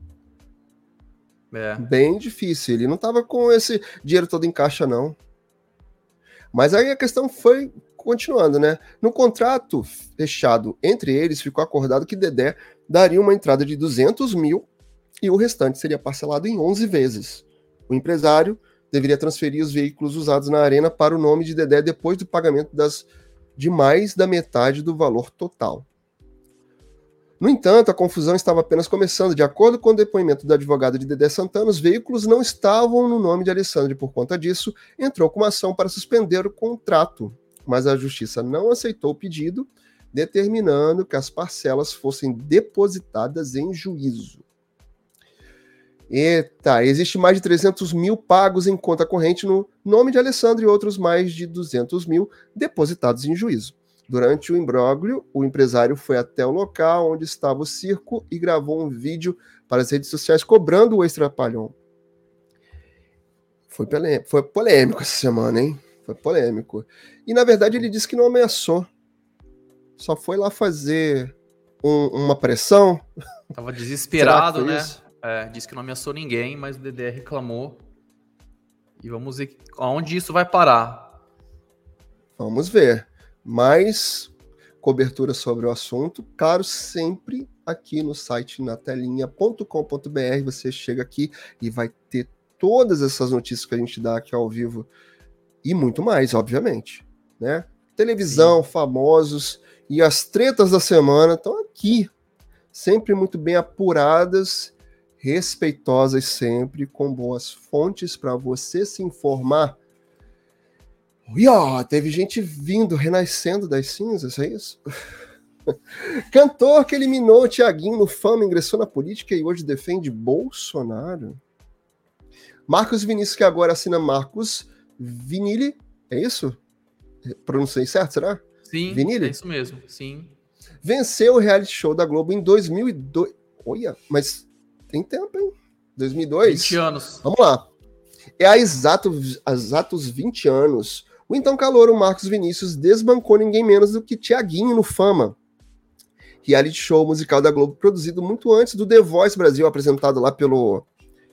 Bem difícil. Ele não estava com esse dinheiro todo em caixa, não. Mas aí a questão foi continuando, né? No contrato fechado entre eles, ficou acordado que Dedé daria uma entrada de 200 mil e o restante seria parcelado em 11 vezes. O empresário deveria transferir os veículos usados na arena para o nome de Dedé depois do pagamento de mais da metade do valor total. No entanto, a confusão estava apenas começando. De acordo com o depoimento do advogado de Dedé Santana, os veículos não estavam no nome de Alessandro e, por conta disso, entrou com uma ação para suspender o contrato. Mas a justiça não aceitou o pedido, determinando que as parcelas fossem depositadas em juízo. Eita, existe mais de 300 mil pagos em conta corrente no nome de Alessandro e outros mais de 200 mil depositados em juízo. Durante o imbróglio, o empresário foi até o local onde estava o circo e gravou um vídeo para as redes sociais cobrando o ex-trapalhão. Foi polêmico essa semana, hein? Foi polêmico. E, na verdade, ele disse que não ameaçou. Só foi lá fazer uma pressão. Tava desesperado, né? Disse que não ameaçou ninguém, mas o Dedé reclamou. E vamos ver aonde isso vai parar. Vamos ver. Mais cobertura sobre o assunto, claro, sempre aqui no site natelinha.com.br. Você chega aqui e vai ter todas essas notícias que a gente dá aqui ao vivo e muito mais, obviamente, né? Televisão, sim, famosos e as tretas da semana estão aqui, sempre muito bem apuradas, respeitosas sempre, com boas fontes para você se informar. E ó, teve gente vindo, renascendo das cinzas, é isso? Cantor que eliminou o Thiaguinho no Fama, ingressou na política e hoje defende Bolsonaro. Marcos Vinícius, que agora assina Marcos Vinili, é isso? Pronunciei certo, será? Sim, Vinili? É isso mesmo, sim. Venceu o reality show da Globo em 2002. Olha, mas tem tempo, hein? 2002? 20 anos. Vamos lá. É há exatos 20 anos. O então calouro Marcos Vinícius desbancou ninguém menos do que Thiaguinho no Fama. Reality show musical da Globo, produzido muito antes do The Voice Brasil, apresentado lá pelo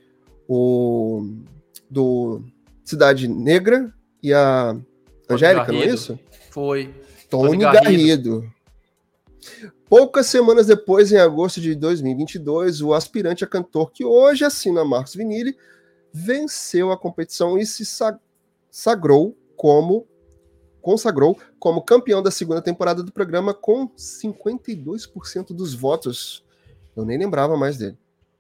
do Cidade Negra e a Angélica, não é isso? Foi. Tony Garrido. Poucas semanas depois, em agosto de 2022, o aspirante a cantor que hoje assina Marcos Vinili venceu a competição e se consagrou como campeão da segunda temporada do programa com 52% dos votos. Eu nem lembrava mais dele.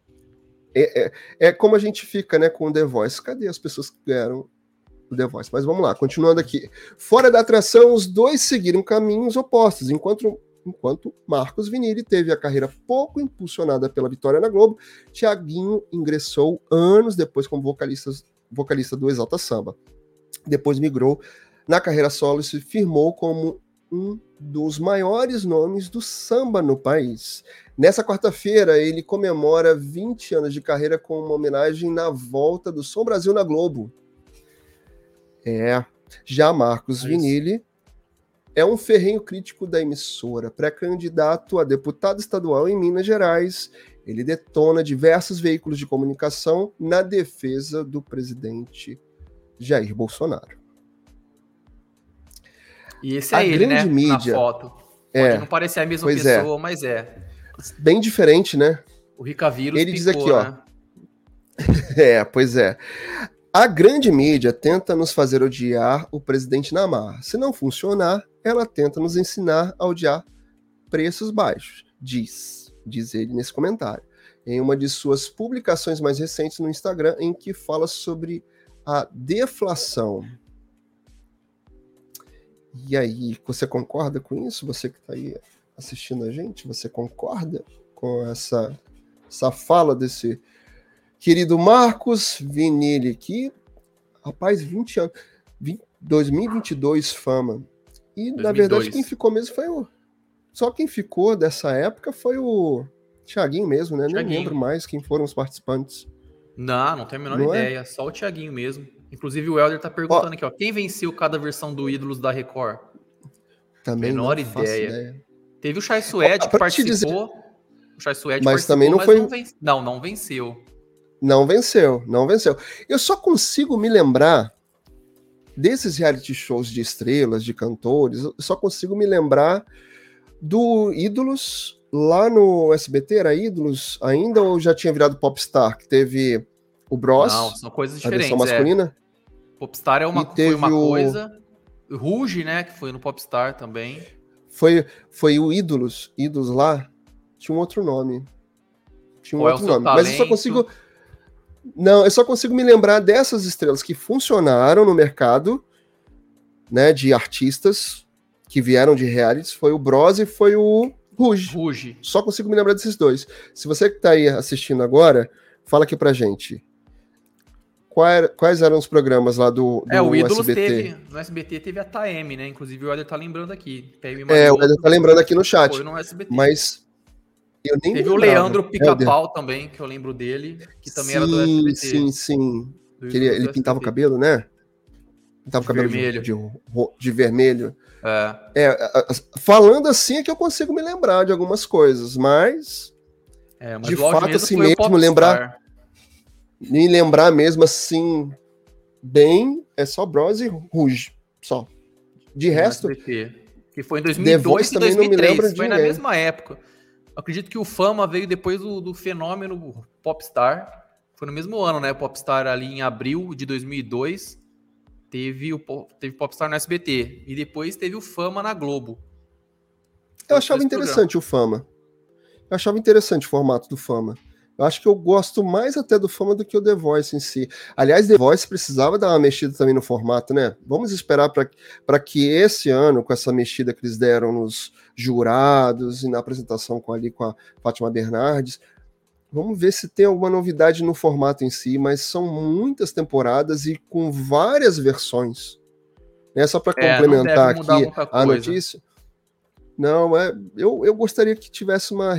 É como a gente fica, né, com o The Voice. Cadê as pessoas que ganharam o The Voice? Mas vamos lá, continuando aqui. Fora da atração, os dois seguiram caminhos opostos. Enquanto Marcos Vinili teve a carreira pouco impulsionada pela vitória na Globo, Thiaguinho ingressou anos depois como vocalista do Exalta Samba. Depois migrou na carreira solo e se firmou como um dos maiores nomes do samba no país. Nessa quarta-feira, ele comemora 20 anos de carreira com uma homenagem na volta do Som Brasil na Globo. Já Marcos Vinili é um ferrenho crítico da emissora. Pré-candidato a deputado estadual em Minas Gerais, ele detona diversos veículos de comunicação na defesa do presidente Jair Bolsonaro. E esse é ele, né, mídia, na foto. Pode não parecer a mesma pessoa, mas é. Bem diferente, né? O Ricavírus ele diz aqui, ó. Né? Pois é. A grande mídia tenta nos fazer odiar o presidente na marra. Se não funcionar, ela tenta nos ensinar a odiar preços baixos, diz ele nesse comentário, em uma de suas publicações mais recentes no Instagram, em que fala sobre a deflação. E aí, você concorda com isso? Você que está aí assistindo a gente, você concorda com essa fala desse querido Marcos Vinilli aqui? Rapaz, 20 anos, 2022 Fama. E, 2002. Na verdade, quem ficou mesmo foi só quem ficou dessa época foi o Thiaguinho mesmo, né? Thiaguinho. Nem lembro mais quem foram os participantes. Não tenho a menor ideia. Só o Thiaguinho mesmo. Inclusive o Helder tá perguntando aqui, ó. Quem venceu cada versão do Ídolos da Record? Também menor não faço ideia. Teve o Chay Suede que participou. O Chay Suede mas também não foi. Não venceu. Não venceu. Eu só consigo me lembrar desses reality shows de estrelas, de cantores, eu só consigo me lembrar do Ídolos lá no SBT. Era Ídolos ainda ou já tinha virado Popstar? Que teve o Bros. Não, são coisas diferentes. A versão masculina. Popstar foi uma coisa. O Ruge, né, que foi no Popstar também. Foi o Ídolos lá, tinha um outro nome. Mas eu só consigo... Não, eu só consigo me lembrar dessas estrelas que funcionaram no mercado, né, de artistas que vieram de realities. Foi o Bros e foi o Ruge. Só consigo me lembrar desses dois. Se você que tá aí assistindo agora, fala aqui pra gente. Quais eram os programas lá do o Ídolos SBT? No SBT teve a TM, né? Inclusive o Helder tá lembrando aqui. O Helder tá lembrando aqui no chat. Foi no SBT. Mas eu nem teve lembrava. O Leandro Pica-Pau também, que eu lembro dele, que também era do SBT. Sim. Que ele pintava o cabelo, né? Pintava o cabelo de vermelho. Falando assim é que eu consigo me lembrar de algumas coisas, mas de fato assim mesmo me lembrar mesmo assim bem é só Bros e Ruge, só. De resto, SBT, que foi em 2002 e 2003, foi na mesma época. Acredito que o Fama veio depois do fenômeno Popstar. Foi no mesmo ano, né? Popstar ali em abril de 2002 teve Popstar no SBT e depois teve o Fama na Globo. Eu achava interessante o Fama. Eu achava interessante o formato do Fama. Eu acho que eu gosto mais até do Fama do que o The Voice em si. Aliás, The Voice precisava dar uma mexida também no formato, né? Vamos esperar para que esse ano, com essa mexida que eles deram nos jurados e na apresentação com a Fátima Bernardes, vamos ver se tem alguma novidade no formato em si, mas são muitas temporadas e com várias versões. Né? Só para complementar aqui a notícia. Não, eu gostaria que tivesse uma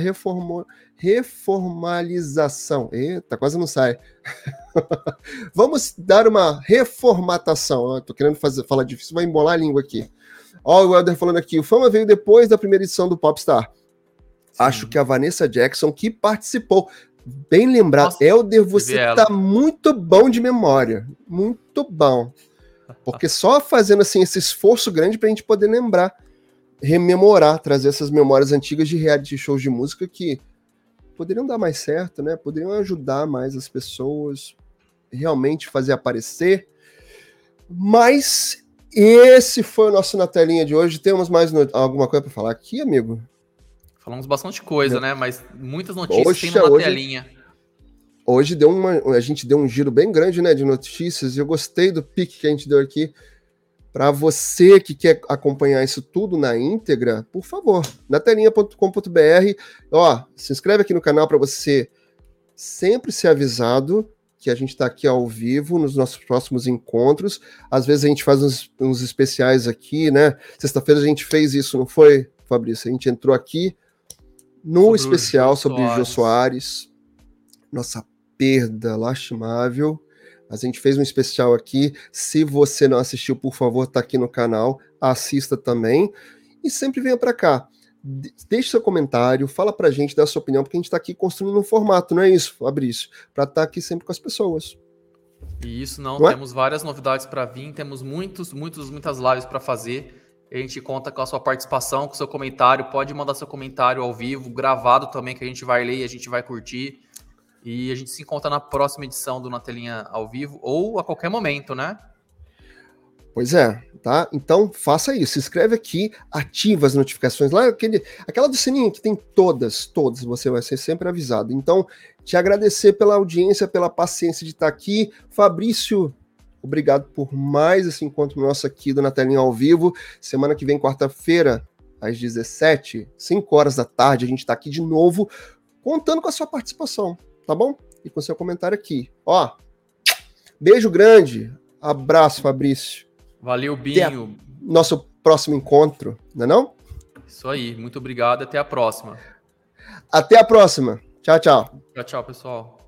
reformalização. Eita, quase não sai. Vamos dar uma reformatação. Tô querendo falar difícil, vai embolar a língua aqui. Ó, o Helder falando aqui, o Fama veio depois da primeira edição do Popstar. Sim. Acho que a Vanessa Jackson que participou. Bem lembrado. Nossa, Helder, você tá muito bom de memória. Muito bom. Porque só fazendo assim esse esforço grande pra gente poder lembrar, rememorar, trazer essas memórias antigas de reality shows de música que poderiam dar mais certo, né? Poderiam ajudar mais as pessoas, realmente fazer aparecer. Mas esse foi o nosso Na Telinha de hoje. Temos mais alguma coisa para falar aqui, amigo? Falamos bastante coisa, né? Mas muitas notícias tem no Na Telinha. Hoje a gente deu um giro bem grande, né, de notícias, e eu gostei do pique que a gente deu aqui. Para você que quer acompanhar isso tudo na íntegra, por favor, natelinha.com.br. Ó, se inscreve aqui no canal para você sempre ser avisado que a gente está aqui ao vivo nos nossos próximos encontros. Às vezes a gente faz uns especiais aqui, né? Sexta-feira a gente fez isso, não foi, Fabrício? A gente entrou aqui no especial sobre o Jô Soares. Nossa perda lastimável. A gente fez um especial aqui. Se você não assistiu, por favor, tá aqui no canal. Assista também. E sempre venha para cá. Deixe seu comentário, fala pra gente, dá sua opinião, porque a gente tá aqui construindo um formato, não é isso, Fabrício? Pra estar aqui sempre com as pessoas. Isso, temos várias novidades para vir, temos muitas lives para fazer. A gente conta com a sua participação, com o seu comentário. Pode mandar seu comentário ao vivo, gravado também, que a gente vai ler e a gente vai curtir. E a gente se encontra na próxima edição do Na Telinha ao vivo, ou a qualquer momento, né? Pois é, tá? Então faça isso, se inscreve aqui, ativa as notificações lá, aquela do sininho que tem todas, você vai ser sempre avisado. Então, te agradecer pela audiência, pela paciência de estar aqui. Fabrício, Obrigado por mais esse encontro nosso aqui do Na Telinha ao Vivo. Semana que vem, quarta-feira, às 17, 5 horas da tarde, a gente tá aqui de novo, contando com a sua participação, tá bom? E com seu comentário aqui. Ó, beijo grande, abraço, Fabrício. Valeu, Binho. Nosso próximo encontro, não é não? Isso aí, muito obrigado, até a próxima. Até a próxima. Tchau, tchau. Tchau, tchau, pessoal.